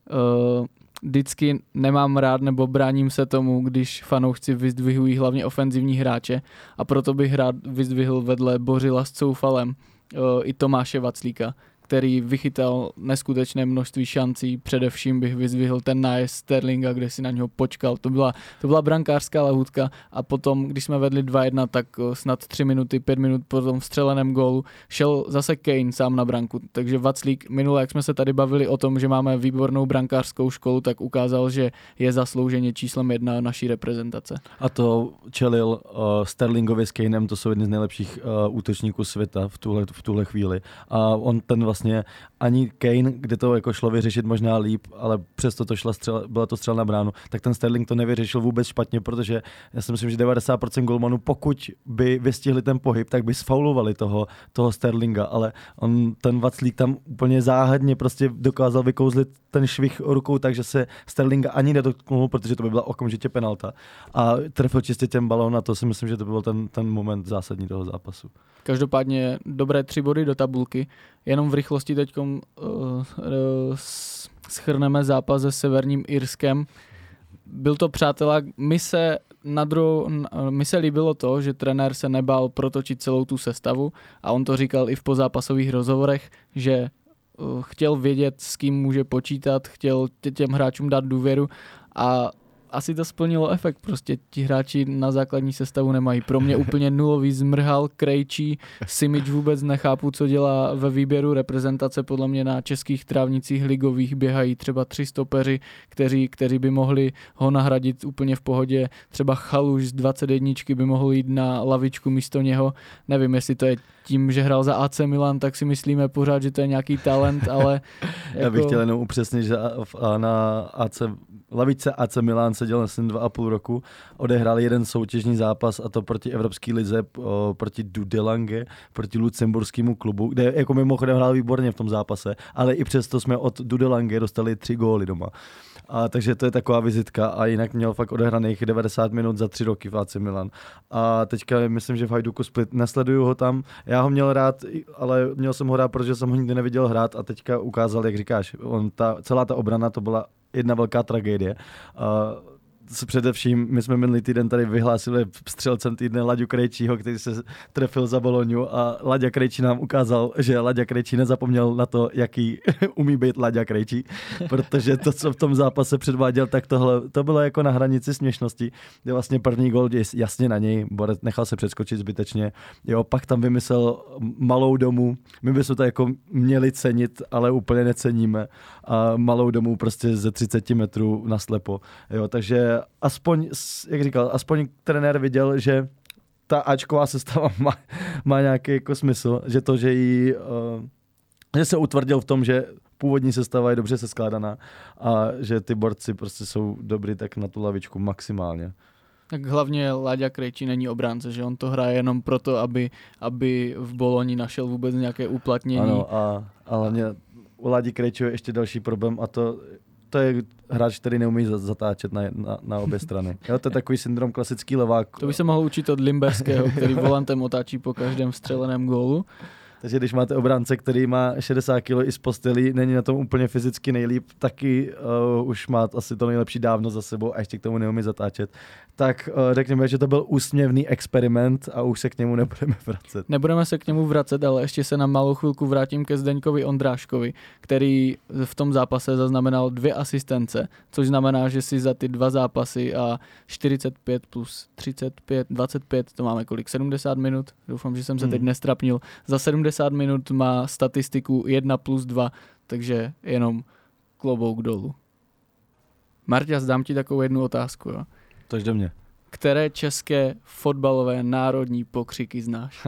Uh, vždycky nemám rád nebo bráním se tomu, když fanoušci vyzdvihují hlavně ofenzivní hráče a proto bych rád vyzdvihl vedle Bořila s Coufalem uh, i Tomáše Vaclíka, který vychytal neskutečné množství šancí, především bych vyzdvihl ten nájezd Sterlinga, kde si na něho počkal, to byla, to byla brankářská lahůdka a potom, když jsme vedli dva jedna, tak snad tři minuty, pět minut po tom vstřeleném gólu šel zase Kane sám na branku, takže Vaclík minule, jak jsme se tady bavili o tom, že máme výbornou brankářskou školu, tak ukázal, že je zaslouženě číslem jedna naší reprezentace. A to čelil uh, Sterlingovi s Kanem, to jsou jedni z nejlepších uh, útočníků světa v tuhle, v tuhle chvíli a on ten vlastně Vlastně ani Kane, kde to jako šlo vyřešit možná líp, ale přesto to šla střel, byla to střel na bránu, tak ten Sterling to nevyřešil vůbec špatně, protože já si myslím, že devadesát procent golmanů, pokud by vystihli ten pohyb, tak by sfaulovali toho, toho Sterlinga, ale on ten Vaclík tam úplně záhadně prostě dokázal vykouzlit ten švih rukou tak, že se Sterlinga ani nedotknul, protože to by byla okamžitě penalta. A trefil čistě ten balón a to si myslím, že to byl ten, ten moment zásadní toho zápasu. Každopádně dobré tři body do tabulky. Jenom v rychlosti teď uh, uh, schrneme zápas se Severním Irskem. Byl to přátelák, my se, na druhou, mi se líbilo to, že trenér se nebál protočit celou tu sestavu a on to říkal i v pozápasových rozhovorech, že uh, chtěl vědět, s kým může počítat, chtěl těm hráčům dát důvěru a asi to splnilo efekt, prostě ti hráči na základní sestavu nemají. Pro mě úplně nulový Zmrhal, Krejčí, Simic vůbec nechápu, co dělá ve výběru reprezentace, podle mě na českých trávnicích ligových běhají třeba tři stopeři, kteří, kteří by mohli ho nahradit úplně v pohodě, třeba Chaluš z dvacet jedna by mohl jít na lavičku místo něho, nevím, jestli to je tím, že hrál za A C Milan, tak si myslíme pořád, že to je nějaký talent, ale... Jako... Já bych chtěl jenom upřesnit, že na A C, lavičce A C Milan seděl asi dva a půl roku, odehrál jeden soutěžní zápas a to proti Evropské lize, o, proti Dudelange, proti lucemburskému klubu, kde jako mimochodem hrál výborně v tom zápase, ale i přesto jsme od Dudelange dostali tři góly doma. A takže to je taková vizitka a jinak měl fakt odehraných devadesát minut za tři roky v A C Milan. A teďka myslím, že v Hajduku Split, nesleduju ho tam, já ho měl rád, ale měl jsem ho rád, protože jsem ho nikdy neviděl hrát a teďka ukázal, jak říkáš, on ta, celá ta obrana to byla jedna velká tragédie. Uh, Především, my jsme minulý týden tady vyhlásili střelcem týdne Laďu Krejčího, který se trefil za Bolognu a Laďa Krejčí nám ukázal, že Laďa Krejčí nezapomněl na to, jaký umí být Laďa Krejčí, protože to, co v tom zápase předváděl, tak tohle, to bylo jako na hranici směšnosti, kde vlastně první gól je jasně na něj, Borec nechal se přeskočit zbytečně, jo, pak tam vymyslel malou domu, my bychom to jako měli cenit, ale úplně neceníme a malou domu prostě ze třicet metrů naslepo, jo, takže aspoň, jak říkal, aspoň trenér viděl, že ta Ačková sestava má, má nějaký jako smysl, že to, že jí, uh, že se utvrdil v tom, že původní sestava je dobře seskládaná a že ty borci prostě jsou dobrý tak na tu lavičku maximálně. Tak hlavně Láďa Krejčí není obránce, že on to hraje jenom proto, aby, aby v Boloni našel vůbec nějaké uplatnění. Ano a, a hlavně u Ládi Krejčího je ještě další problém a to to je hráč, který neumí zatáčet na, na, na obě strany. Jo, to je takový syndrom klasický levák. To by se mohl učit od Limberského, který volantem otáčí po každém vstřeleném gólu. Takže když máte obránce, který má šedesát kilo i z postelí, není na tom úplně fyzicky nejlíp, taky uh, už má asi to nejlepší dávno za sebou a ještě k tomu neumí zatáčet, tak uh, řekněme, že to byl úsměvný experiment a už se k němu nebudeme vracet. Nebudeme se k němu vracet, ale ještě se na malou chvilku vrátím ke Zdeňkovi Ondráškovi, který v tom zápase zaznamenal dvě asistence, což znamená, že si za ty dva zápasy a čtyřicet pět plus třicet pět, dvacet pět, to máme kolik, sedmdesát minut, doufám, že jsem se hmm. teď nestrapnil, za sedmdesát minut má statistiku jedna plus dva, takže jenom klobouk dolů. Marťas, dám ti takovou jednu otázku. Jo? Tož do mě. Které české fotbalové národní pokřiky znáš?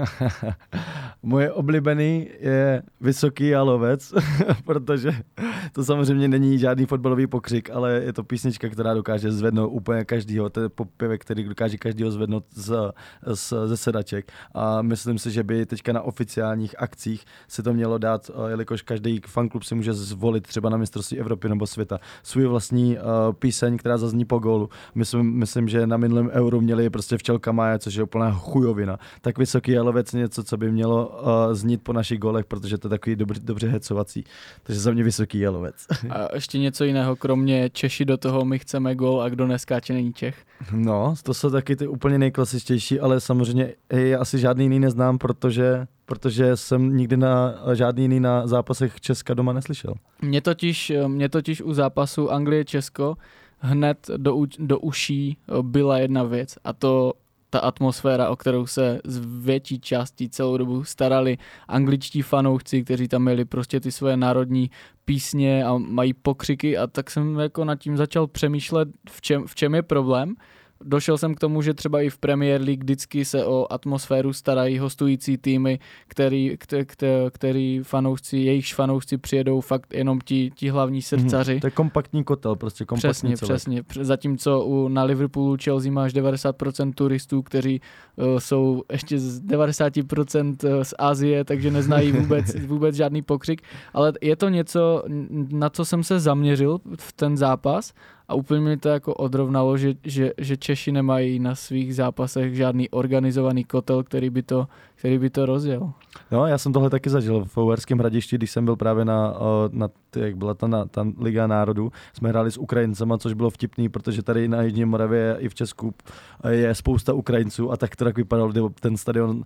Moje oblíbený je Vysoký Jalovec, protože to samozřejmě není žádný fotbalový pokřik, ale je to písnička, která dokáže zvednout úplně každýho. To je popěvek, který dokáže každýho zvednout z, z, ze sedaček. A myslím si, že by teďka na oficiálních akcích se to mělo dát, jelikož každý fanklub si může zvolit třeba na mistrovství Evropy nebo světa svůj vlastní uh, píseň, která zazní po gólu. Myslím, myslím, že na minulém euro měli prostě Včelka Máje, což je úplná chujovina. Tak Vysoký Jalovec něco, co by mělo uh, znít po našich golech, protože to je takový dobře, dobře hecovací. Takže za mě Vysoký Jalovec. A ještě něco jiného, kromě Češi do toho my chceme gól a kdo neskáče není Čech? No, to jsou taky ty úplně nejklasičtější, ale samozřejmě já asi žádný jiný neznám, protože protože jsem nikdy na žádný jiný na zápasech Česka doma neslyšel. Mě totiž, mě totiž u zápasu Anglie-Česko hned do, u, do uší byla jedna věc a to ta atmosféra, o kterou se z větší části celou dobu starali angličtí fanoušci, kteří tam měli prostě ty svoje národní písně a mají pokřiky a tak jsem jako nad tím začal přemýšlet, v čem, v čem je problém. došel jsem k tomu, že třeba i v Premier League vždycky se o atmosféru starají hostující týmy, který, který, který fanoušci, jejichž fanoušci přijedou fakt jenom ti, ti hlavní srdcaři. Hmm, to je kompaktní kotel, prostě kompaktní přesně, celek. Přesně, zatímco u, na Liverpoolu, Chelsea máš devadesát procent turistů, kteří uh, jsou ještě z devadesát procent z Asie, takže neznají vůbec, vůbec žádný pokřik, ale je to něco, na co jsem se zaměřil v ten zápas a úplně mi to jako odrovnalo, že, že, že Češi nemají na svých zápasech žádný organizovaný kotel, který by to, který by to rozjel. No, já jsem tohle taky zažil v Uherském Hradišti, když jsem byl právě na, na jak byla ta, na, ta Liga národů. Jsme hráli s Ukrajincema, což bylo vtipný, protože tady na Jižní Moravě i v Česku je spousta Ukrajinců a tak to tak vypadalo, ten stadion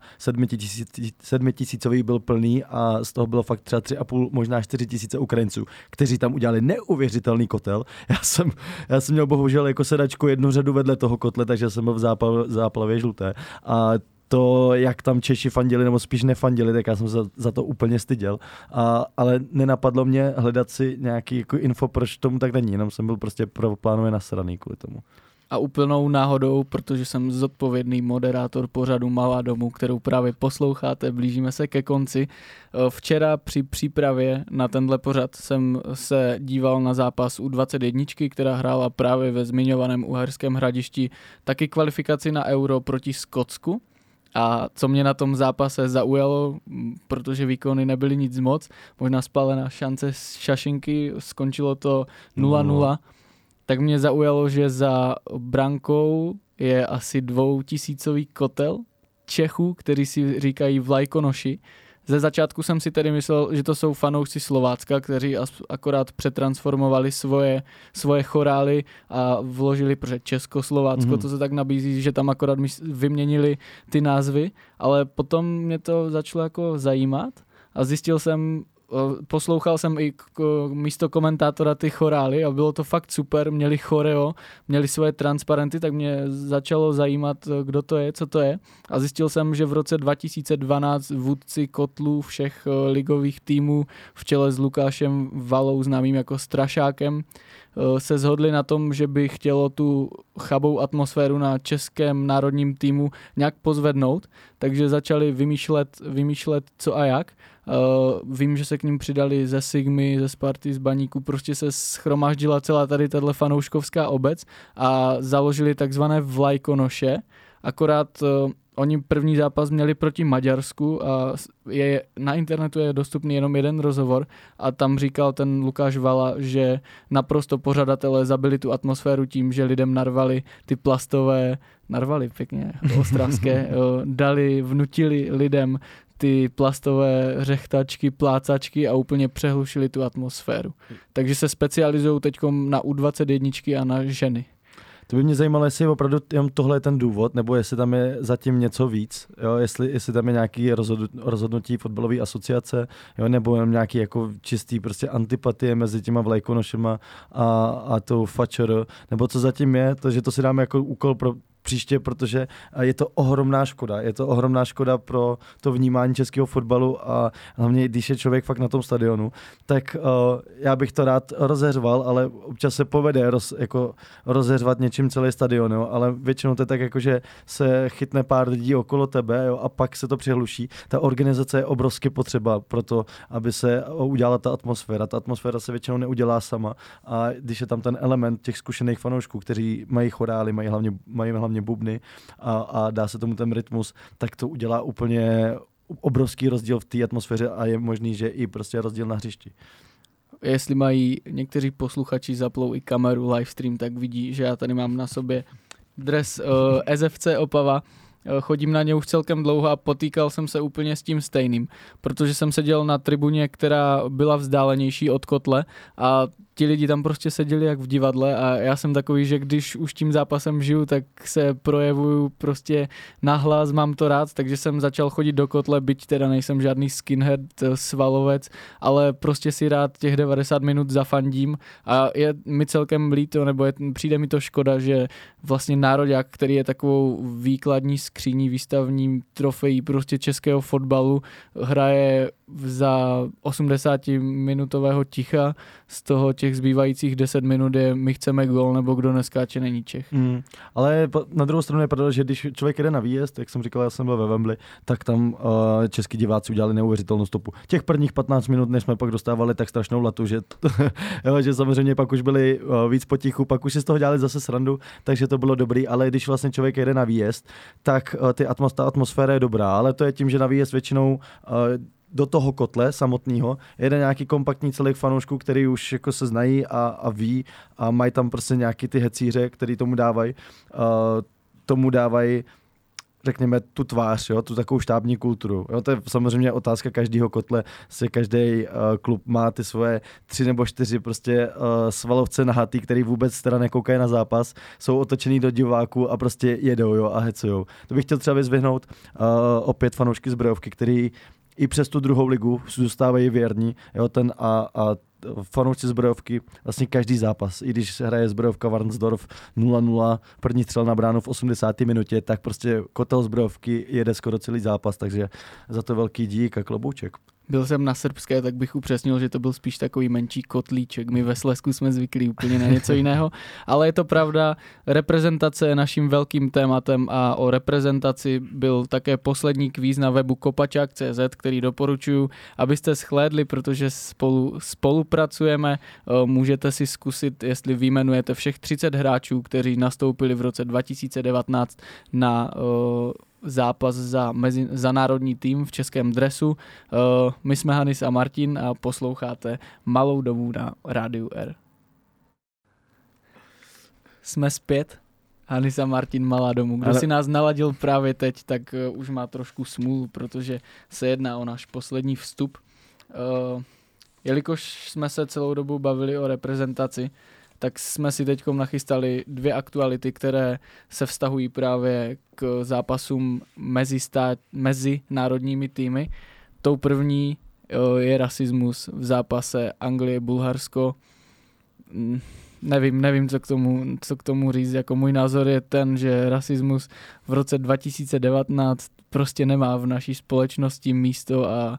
sedmitisícový byl plný a z toho bylo fakt třeba tři a půl, možná čtyři tisíce Ukrajinců, kteří tam udělali neuvěřitelný kotel. Já jsem, já jsem měl bohužel jako sedačku jednu řadu vedle toho kotle, takže jsem byl v zápal, záplavě žluté a to, jak tam Češi fandili, nebo spíš nefandili, tak já jsem se za to úplně styděl. A, ale nenapadlo mě hledat si nějaký jako info, proč tomu tak není, jenom jsem byl prostě plánově nasraný kvůli tomu. A úplnou náhodou, protože jsem zodpovědný moderátor pořadu Malá domů, kterou právě posloucháte, blížíme se ke konci. Včera při přípravě na tenhle pořad jsem se díval na zápas U dvacet jedna, která hrála právě ve zmiňovaném Uherském Hradišti taky kvalifikaci na Euro proti Skotsku. A co mě na tom zápase zaujalo, protože výkony nebyly nic moc, možná spálená šance z šašinky, skončilo to nula nula, tak mě zaujalo, že za brankou je asi dvoutisícový kotel Čechů, kteří si říkají vlajkonoši. Ze začátku jsem si tedy myslel, že to jsou fanoušci Slovácka, kteří akorát přetransformovali svoje, svoje chorály a vložili, protože Českoslovácko, mm-hmm. to se tak nabízí, že tam akorát vyměnili ty názvy, ale potom mě to začalo jako zajímat a zjistil jsem, poslouchal jsem i místo komentátora ty chorály a bylo to fakt super, měli choreo, měli svoje transparenty, tak mě začalo zajímat, kdo to je, co to je a zjistil jsem, že v roce dva tisíce dvanáct vůdci kotlů všech ligových týmů v čele s Lukášem Valou, známým jako Strašákem, se shodli na tom, že by chtělo tu chabou atmosféru na českém národním týmu nějak pozvednout, takže začali vymýšlet, vymýšlet co a jak. Uh, vím, že se k ním přidali ze Sigmy, ze Sparty, z Baníku, prostě se schromáždila celá tady tato fanouškovská obec a založili takzvané vlajkonoše, akorát uh, oni první zápas měli proti Maďarsku a je, na internetu je dostupný jenom jeden rozhovor a tam říkal ten Lukáš Vala, že naprosto pořadatelé zabili tu atmosféru tím, že lidem narvali ty plastové, narvali pěkně, ostravské, dali, vnutili lidem ty plastové řechtačky, plácačky a úplně přehlušili tu atmosféru. Takže se specializují teď na U dvacet jedna a na ženy. To by mě zajímalo, jestli opravdu jenom tohle je ten důvod, nebo jestli tam je zatím něco víc, jo? Jestli, jestli tam je nějaký rozhodnutí fotbalové asociace, jo? Nebo jenom nějaký jako čistý prostě antipatie mezi těma vlajkonošema a, a tou fačer, nebo co zatím je, to, že to si dáme jako úkol pro příště, protože je to ohromná škoda. Je to ohromná škoda pro to vnímání českého fotbalu a hlavně, když je člověk fakt na tom stadionu, tak uh, já bych to rád rozeřval, ale občas se povede roz, jako rozeřvat něčím celý stadion, jo? Ale většinou to je tak, jako, že se chytne pár lidí okolo tebe, jo? A pak se to přihluší. Ta organizace je obrovsky potřeba pro to, aby se udělala ta atmosféra. Ta atmosféra se většinou neudělá sama a když je tam ten element těch zkušených fanoušků, kteří mají chorály, mají hlavně, mají hlavně bubny a, a dá se tomu ten rytmus, tak to udělá úplně obrovský rozdíl v té atmosféře a je možný, že i prostě rozdíl na hřišti. Jestli mají někteří posluchači zaplou i kameru livestream, tak vidí, že já tady mám na sobě dres uh, S F C Opava. Chodím na ně už celkem dlouho a potýkal jsem se úplně s tím stejným, protože jsem seděl na tribuně, která byla vzdálenější od kotle a ti lidi tam prostě seděli jak v divadle a já jsem takový, že když už tím zápasem žiju, tak se projevuju prostě nahlas, mám to rád, takže jsem začal chodit do kotle, byť teda nejsem žádný skinhead, svalovec, ale prostě si rád těch devadesát minut zafandím a je mi celkem líto, nebo je, přijde mi to škoda, že vlastně nároďák, který je takovou výkladní skříní výstavní trofejí prostě českého fotbalu, hraje za osmdesátiminutového ticha, z toho těch zbývajících deset minut je my chceme gól, nebo kdo neskáče není Čech. Mm, ale na druhou stranu je pravda, že když člověk jede na výjezd, jak jsem říkal, já jsem byl ve Wembley, tak tam uh, český diváci udělali neuvěřitelnou stopu. Těch prvních patnáct minut, než jsme pak dostávali tak strašnou latu, že, t- jo, že samozřejmě pak už byli uh, víc potichu, pak už si z toho dělali zase srandu, takže to bylo dobrý, ale když vlastně člověk jede na výjezd, tak uh, ty atmos- ta atmosféra je dobrá, ale to je tím, že na výjezd většinou uh, do toho kotle samotného jede nějaký kompaktní celek fanoušků, který už jako se znají a, a ví a mají tam prostě nějaký ty hecíře, který tomu dávají, uh, tomu dávají řekněme tu tvář, jo, tu takovou štábní kulturu. Jo, to je samozřejmě otázka každého kotle, si každý uh, klub má ty svoje tři nebo čtyři prostě uh, svalovce nahatý, který vůbec teda nekoukají na zápas, jsou otočený do diváků a prostě jedou, jo, a hecujou. To bych chtěl třeba vyzvihnout uh, opět fanoušky Zbrojovky, který i přes tu druhou ligu zůstávají věrní, jo, ten a, a fanoušci Zbrojovky, vlastně každý zápas, i když hraje Zbrojovka Varnsdorf nula nula, první střel na bránu v osmdesáté minutě, tak prostě kotel Zbrojovky jede skoro celý zápas, takže za to velký dík a klobouček. Byl jsem na srbské, tak bych upřesnil, že to byl spíš takový menší kotlíček. My ve Slezsku jsme zvyklí úplně na něco jiného, ale je to pravda, reprezentace je naším velkým tématem a o reprezentaci byl také poslední kvíz na webu kopačák tečka cé zet, který doporučuji, abyste shlédli, protože spolu spolupracujeme. Můžete si zkusit, jestli vyjmenujete všech třicet hráčů, kteří nastoupili v roce dva tisíce devatenáct na zápas za, mezi, za národní tým v českém dresu. Uh, my jsme Hanis a Martin a posloucháte Malou dobu na Rádiu R. Jsme zpět. Hanis a Martin, Malá domů. Kdo Ale... si nás naladil právě teď, tak uh, už má trošku smůlu, protože se jedná o náš poslední vstup. Uh, jelikož jsme se celou dobu bavili o reprezentaci, tak jsme si teď nachystali dvě aktuality, které se vztahují právě k zápasům mezi, stát, mezi národními týmy. Tou první je rasismus v zápase Anglie-Bulharsko. Nevím, nevím, co k tomu, co k tomu říct. Jako můj názor je ten, že rasismus v roce dva tisíce devatenáct prostě nemá v naší společnosti místo a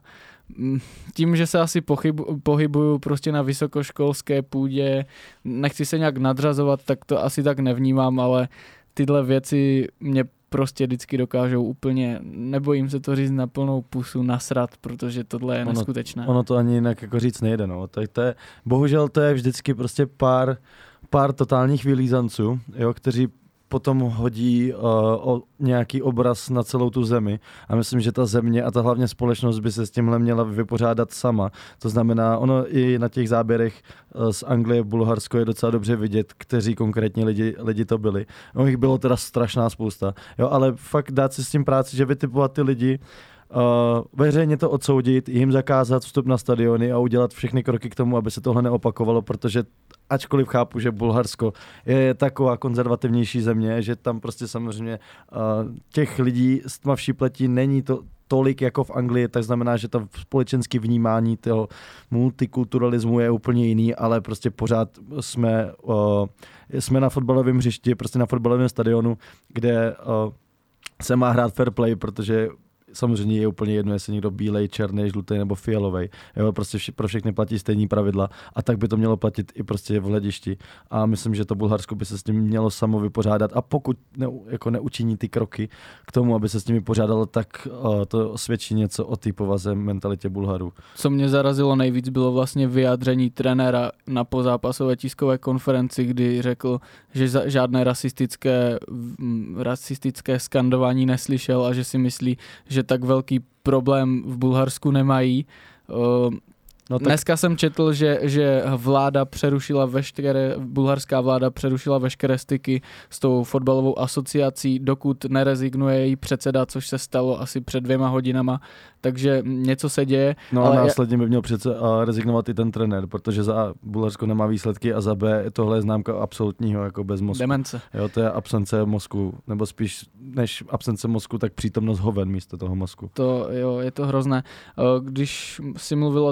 tím, že se asi pochybu, pohybuju prostě na vysokoškolské půdě, nechci se nějak nadřazovat, tak to asi tak nevnímám, ale tyhle věci mě prostě vždycky dokážou úplně, nebojím se to říct na plnou pusu, nasrat, protože tohle je ono, neskutečné. Ono to ani jinak jako říct nejde, no. Tak to je, bohužel to je vždycky prostě pár, pár totálních vylízanců, jo, kteří potom hodí uh, o nějaký obraz na celou tu zemi a myslím, že ta země a ta hlavně společnost by se s tímhle měla vypořádat sama. To znamená, ono i na těch záběrech uh, z Anglie, Bulharsko je docela dobře vidět, kteří konkrétně lidi, lidi to byli. No, jich bylo teda strašná spousta. Jo, ale fakt dát si s tím práci, že vytipovat ty lidi, Uh, veřejně to odsoudit, jim zakázat vstup na stadiony a udělat všechny kroky k tomu, aby se tohle neopakovalo, protože ačkoliv chápu, že Bulharsko je taková konzervativnější země, že tam prostě samozřejmě uh, těch lidí s tmavší pletí není to tolik jako v Anglii, tak znamená, že to společenské vnímání toho multikulturalismu je úplně jiný, ale prostě pořád jsme, uh, jsme na fotbalovém hřišti, prostě na fotbalovém stadionu, kde uh, se má hrát fair play, protože samozřejmě je úplně jedno, jestli někdo bílej, černý, žlutý nebo fialový. Jo, prostě vši, pro všechny platí stejný pravidla a tak by to mělo platit i prostě v hledišti. A myslím, že to Bulharsko by se s tím mělo samo vypořádat a pokud ne, jako neučiní ty kroky k tomu, aby se s nimi pořádalo, tak uh, to svědčí něco o té povaze mentalitě Bulharů. Co mě zarazilo nejvíc, bylo vlastně vyjádření trenéra na pozápasové tiskové konferenci, kdy řekl, že za, žádné rasistické, rasistické skandování neslyšel a že si myslí, že tak velký problém v Bulharsku nemají. No tak... Dneska jsem četl, že, že vláda přerušila veškeré, bulharská vláda přerušila veškeré styky s tou fotbalovou asociací, dokud nerezignuje její předseda, což se stalo asi před dvěma hodinama, takže něco se děje. No ale a následně by měl přece rezignovat i ten trenér, protože za Bulharsko nemá výsledky a za B tohle je známka absolutního jako bez mozku. Demence. Jo, to je absence mozku, nebo spíš než absence mozku, tak přítomnost hoven místo toho mozku. To jo, je to hrozné. Když si mluvil o té Anglii,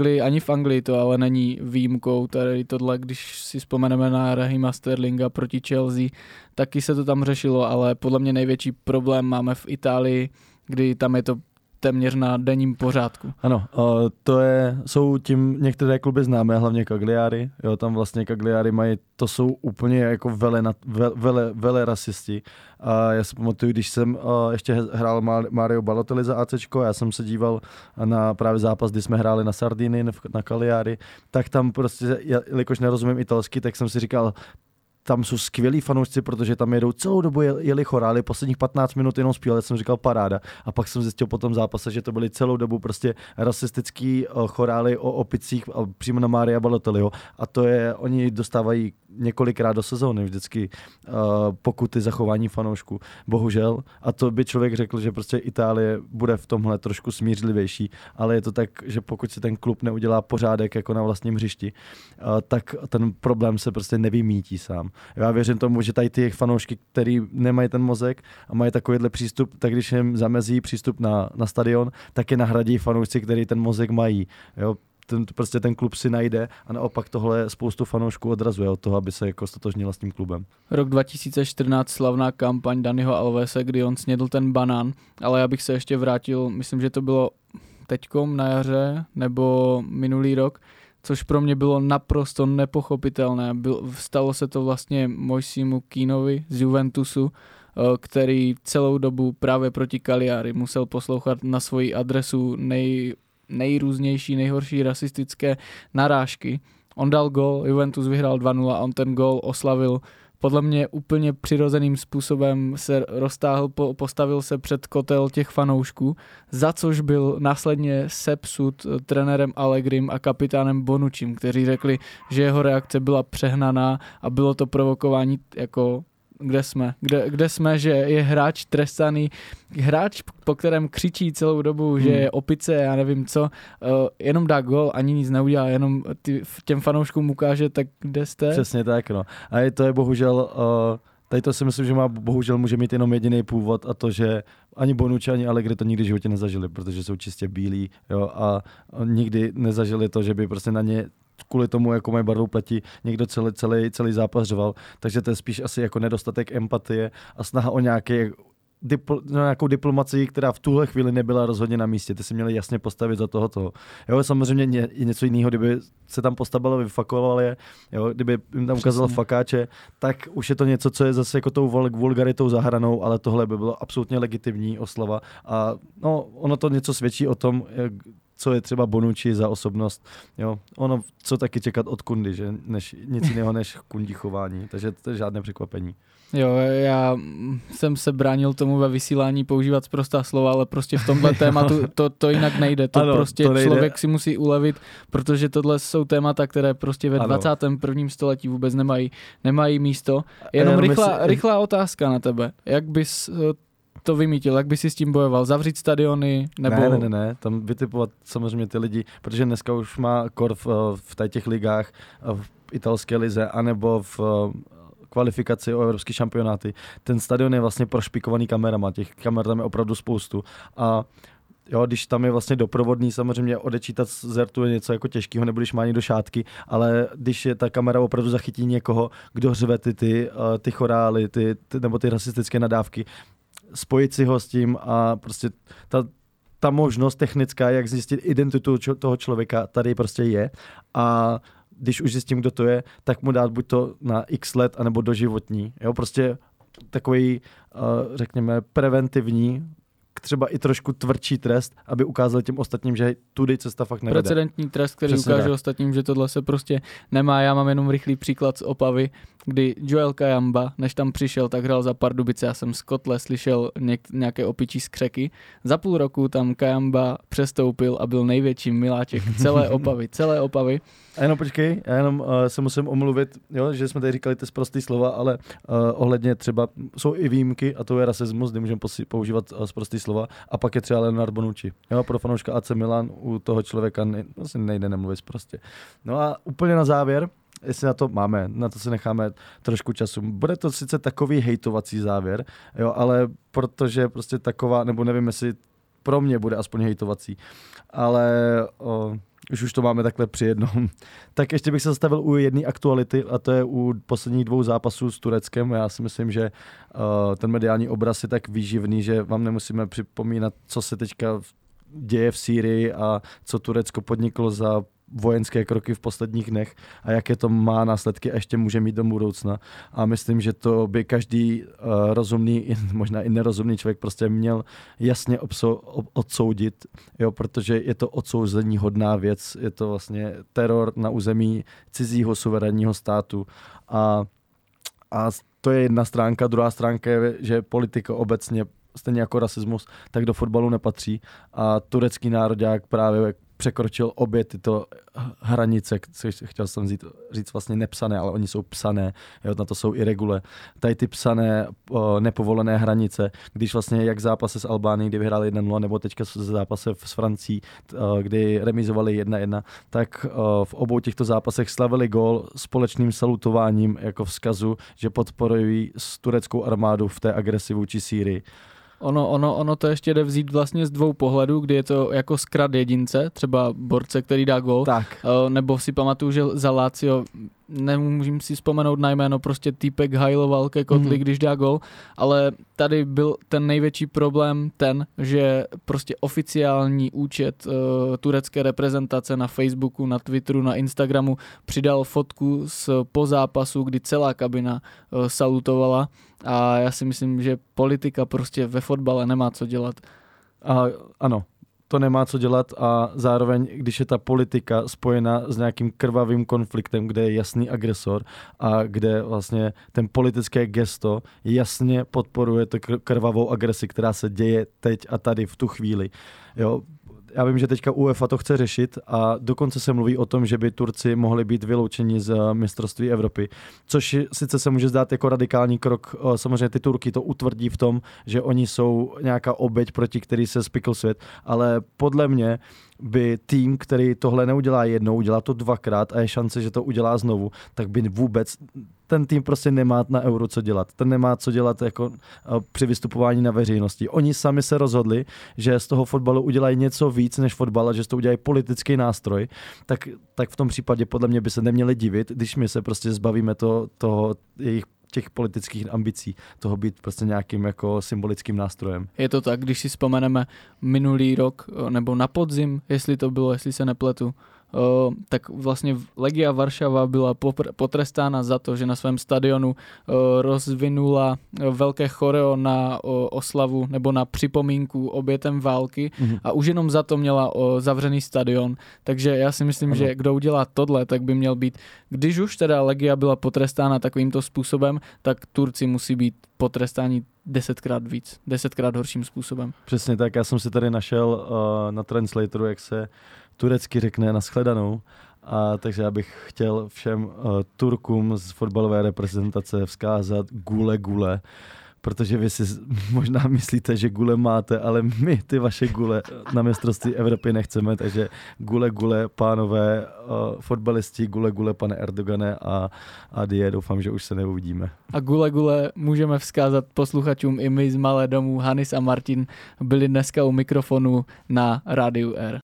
Anglii, ani v Anglii to ale není výjimkou. Tady tohle, když si vzpomeneme na Raheema Sterlinga proti Chelsea, taky se to tam řešilo, ale podle mě největší problém máme v Itálii, kdy tam je to téměř na denním pořádku. Ano, to je, jsou tím některé kluby známé, hlavně Cagliari, jo, tam vlastně Cagliari mají, to jsou úplně jako vele, vele, vele rasisti. A já si pamatuju, když jsem ještě hrál Mario Balotelli za ACčko, já jsem se díval na právě zápas, kdy jsme hráli na Sardinii, na Cagliari, tak tam prostě, jelikož nerozumím italsky, tak jsem si říkal, tam jsou skvělí fanoušci, protože tam jedou celou dobu jeli chorály, posledních patnáct minut jenom zpívali, jsem říkal paráda. A pak jsem zjistil po tom zápase, že to byly celou dobu prostě rasistický chorály o opicích přímo na Maria Balotelliho. A to je, oni dostávají několikrát do sezóny vždycky uh, pokuty za chování fanoušků. Bohužel. A to by člověk řekl, že prostě Itálie bude v tomhle trošku smířlivější, ale je to tak, že pokud si ten klub neudělá pořádek jako na vlastním hřišti, uh, tak ten problém se prostě nevymítí sám. Já věřím tomu, že tady ty fanoušky, který nemají ten mozek a mají takovýhle přístup, tak když jim zamezí přístup na, na stadion, tak je nahradí fanoušci, který ten mozek mají. Jo? Ten, prostě ten klub si najde a naopak tohle spoustu fanoušků odrazuje od toho, aby se jako stotožnila s tím klubem. Rok dva tisíce čtrnáct, slavná kampaň Daniho Alvese, kdy on snědl ten banán, ale já bych se ještě vrátil, myslím, že to bylo teďkom na jaře nebo minulý rok, což pro mě bylo naprosto nepochopitelné. Byl, stalo se to vlastně Moisímu Keanovi z Juventusu, který celou dobu právě proti Cagliari musel poslouchat na svoji adresu nej, nejrůznější, nejhorší rasistické narážky. On dal gól, Juventus vyhrál dva nula a on ten gól oslavil podle mě úplně přirozeným způsobem, se roztáhl, po, postavil se před kotel těch fanoušků, za což byl následně sepsut trenérem Allegrim a kapitánem Bonucim, kteří řekli, že jeho reakce byla přehnaná a bylo to provokování jako kde jsme, kde, kde jsme, že je hráč trestaný, hráč, po kterém křičí celou dobu, hmm. že je opice, já nevím co, uh, jenom dá gol, ani nic neudělá, jenom ty, těm fanouškům ukáže, tak kde jste? Přesně tak, no. A je to je bohužel, uh, tady to si myslím, že má bohužel může mít jenom jediný původ a to, že ani Bonucci, ani Allegri to nikdy v životě nezažili, protože jsou čistě bílí, jo, a nikdy nezažili to, že by prostě na ně kvůli tomu, jako mají barvou pleti, někdo celý, celý, celý zápas řval, takže to je spíš asi jako nedostatek empatie a snaha o nějaké Dipl, no, nějakou diplomacii, která v tuhle chvíli nebyla rozhodně na místě. Ty si měli jasně postavit za tohoto. Jo, samozřejmě ně, něco jiného, kdyby se tam postavilo, vyfakovali je, jo, kdyby jim tam ukázal fakáče, tak už je to něco, co je zase jako tou vulgaritou zahranou, ale tohle by bylo absolutně legitimní oslava. A no, ono to něco svědčí o tom, jak, co je třeba Bonucci za osobnost. Jo, ono, co taky čekat od kundy, že než, nic jiného než kundí chování. Takže to je žádné překvapení. Jo, já jsem se bránil tomu ve vysílání používat sprostá slova, ale prostě v tomhle tématu to, to jinak nejde. To ano, prostě to nejde. Člověk si musí ulevit, protože tohle jsou témata, které prostě ve ano. dvacátém prvním století vůbec nemají, nemají místo. Jenom rychlá, si... rychlá otázka na tebe. Jak bys to vymítil, jak bys si s tím bojoval? Zavřít stadiony? Nebo... Ne, ne, ne, ne, tam vytipovat samozřejmě ty lidi, protože dneska už má kor v, v těch ligách, v italské lize, anebo v kvalifikaci o evropské šampionáty. Ten stadion je vlastně prošpikovaný kamerama, těch kamer tam je opravdu spoustu a jo, když tam je vlastně doprovodný, samozřejmě odečítat z rtu je něco jako těžkého, nebudeš má ani do šátky, ale když je ta kamera opravdu zachytí někoho, kdo řve ty, ty, ty chorály, ty, ty, nebo ty rasistické nadávky, spojit si ho s tím a prostě ta, ta možnost technická, jak zjistit identitu čo, toho člověka, tady prostě je a když už zjistím, kdo to je, tak mu dát buď to na x let, anebo doživotní. Jo, prostě takový, uh, řekněme, preventivní, třeba i trošku tvrdší trest, aby ukázal těm ostatním, že tudy cesta fakt nevede. Precedentní trest, který Přesně ukáže tak. ostatním, že tohle se prostě nemá. Já mám jenom rychlý příklad z Opavy, kdy Joel Kajamba, než tam přišel, tak hrál za Pardubice. Já jsem z kotle slyšel něk- nějaké opičí skřeky. Za půl roku tam Kajamba přestoupil a byl největší miláček celé Opavy. Celé Opavy. A jenom počkej, já jenom uh, se musím omluvit, jo, že jsme tady říkali ty sprostý slova, ale uh, ohledně třeba jsou i výjimky a to je rasismus, kdy můžeme posi- používat uh, sprostý slova a pak je třeba Leonard Bonucci. Jo, pro fanouška A C Milan u toho člověka ne, vlastně nejde nemluvit prostě. No a úplně na závěr, jestli na to máme, na to si necháme trošku času. Bude to sice takový hejtovací závěr, jo, ale protože prostě taková, nebo nevím, jestli pro mě bude aspoň hejtovací. Ale o, už už to máme takhle při jednom. Tak ještě bych se zastavil u jedné aktuality a to je u posledních dvou zápasů s Tureckem. Já si myslím, že uh, ten mediální obraz je tak výživný, že vám nemusíme připomínat, co se teďka děje v Sýrii a co Turecko podniklo za vojenské kroky v posledních dnech a jaké to má následky a ještě může mít do budoucna. A myslím, že to by každý uh, rozumný, možná i nerozumný člověk prostě měl jasně obso- odsoudit, jo, protože je to odsouzení hodná věc, je to vlastně teror na území cizího suverénního státu a, a to je jedna stránka, druhá stránka je, že politika obecně stejně jako rasismus, tak do fotbalu nepatří a turecký nároďák právě překročil obě tyto hranice, chtěl jsem říct, říct vlastně nepsané, ale oni jsou psané, jo, na to jsou i regule. Tady ty psané o, nepovolené hranice, když vlastně jak zápase s Albánií, kdy vyhráli jedna nula, nebo teďka zápase s Francií, o, kdy remizovali jedna jedna, tak o, v obou těchto zápasech slavili gól společným salutováním jako vzkazu, že podporují tureckou armádu v té agresi vůči Sýrii. Ono, ono, ono to ještě jde vzít vlastně z dvou pohledů, kdy je to jako zkrat jedince, třeba borce, který dá gól, tak. Nebo si pamatuju, že za Lazio, nemůžu si vzpomenout na jméno, prostě týpek hajloval ke kotli, mm. když dá gól, ale tady byl ten největší problém ten, že prostě oficiální účet uh, turecké reprezentace na Facebooku, na Twitteru, na Instagramu přidal fotku z po zápasu, kdy celá kabina uh, salutovala a já si myslím, že politika prostě ve fotbale nemá co dělat. A, ano. To nemá co dělat a zároveň, když je ta politika spojena s nějakým krvavým konfliktem, kde je jasný agresor a kde vlastně ten politické gesto jasně podporuje tu krvavou agresi, která se děje teď a tady v tu chvíli. Jo? Já vím, že teďka UEFA to chce řešit a dokonce se mluví o tom, že by Turci mohli být vyloučeni z mistrovství Evropy, což sice se může zdát jako radikální krok. Samozřejmě ty Turky to utvrdí v tom, že oni jsou nějaká oběť, proti který se spikl svět, ale podle mě by tým, který tohle neudělá jednou, udělá to dvakrát a je šance, že to udělá znovu, tak by vůbec ten tým prostě nemá na Euro co dělat. Ten nemá co dělat jako při vystupování na veřejnosti. Oni sami se rozhodli, že z toho fotbalu udělají něco víc než fotbal a že z toho udělají politický nástroj, tak, tak v tom případě podle mě by se neměli divit, když my se prostě zbavíme to, toho jejich těch politických ambicí, toho být prostě nějakým jako symbolickým nástrojem. Je to tak, když si vzpomeneme minulý rok, nebo na podzim, jestli to bylo, jestli se nepletu, Uh, tak vlastně Legia Varšava byla popr- potrestána za to, že na svém stadionu uh, rozvinula velké choreo na uh, oslavu nebo na připomínku obětem války mm-hmm. a už jenom za to měla uh, zavřený stadion. Takže já si myslím, ano. že kdo udělá tohle, tak by měl být, když už teda Legia byla potrestána takovýmto způsobem, tak Turci musí být potrestáni desetkrát víc, desetkrát horším způsobem. Přesně tak, já jsem si tady našel uh, na translatoru, jak se turecky řekne nashledanou, a takže já bych chtěl všem uh, Turkům z fotbalové reprezentace vzkázat gule gule, protože vy si možná myslíte, že gule máte, ale my ty vaše gule na mistrovství Evropy nechceme, takže gule gule pánové uh, fotbalisti, gule gule pane Erdogane a, a die, doufám, že už se neuvidíme. A gule gule můžeme vzkázat posluchačům i my z Malé domů. Hanis a Martin byli dneska u mikrofonu na Rádiu R.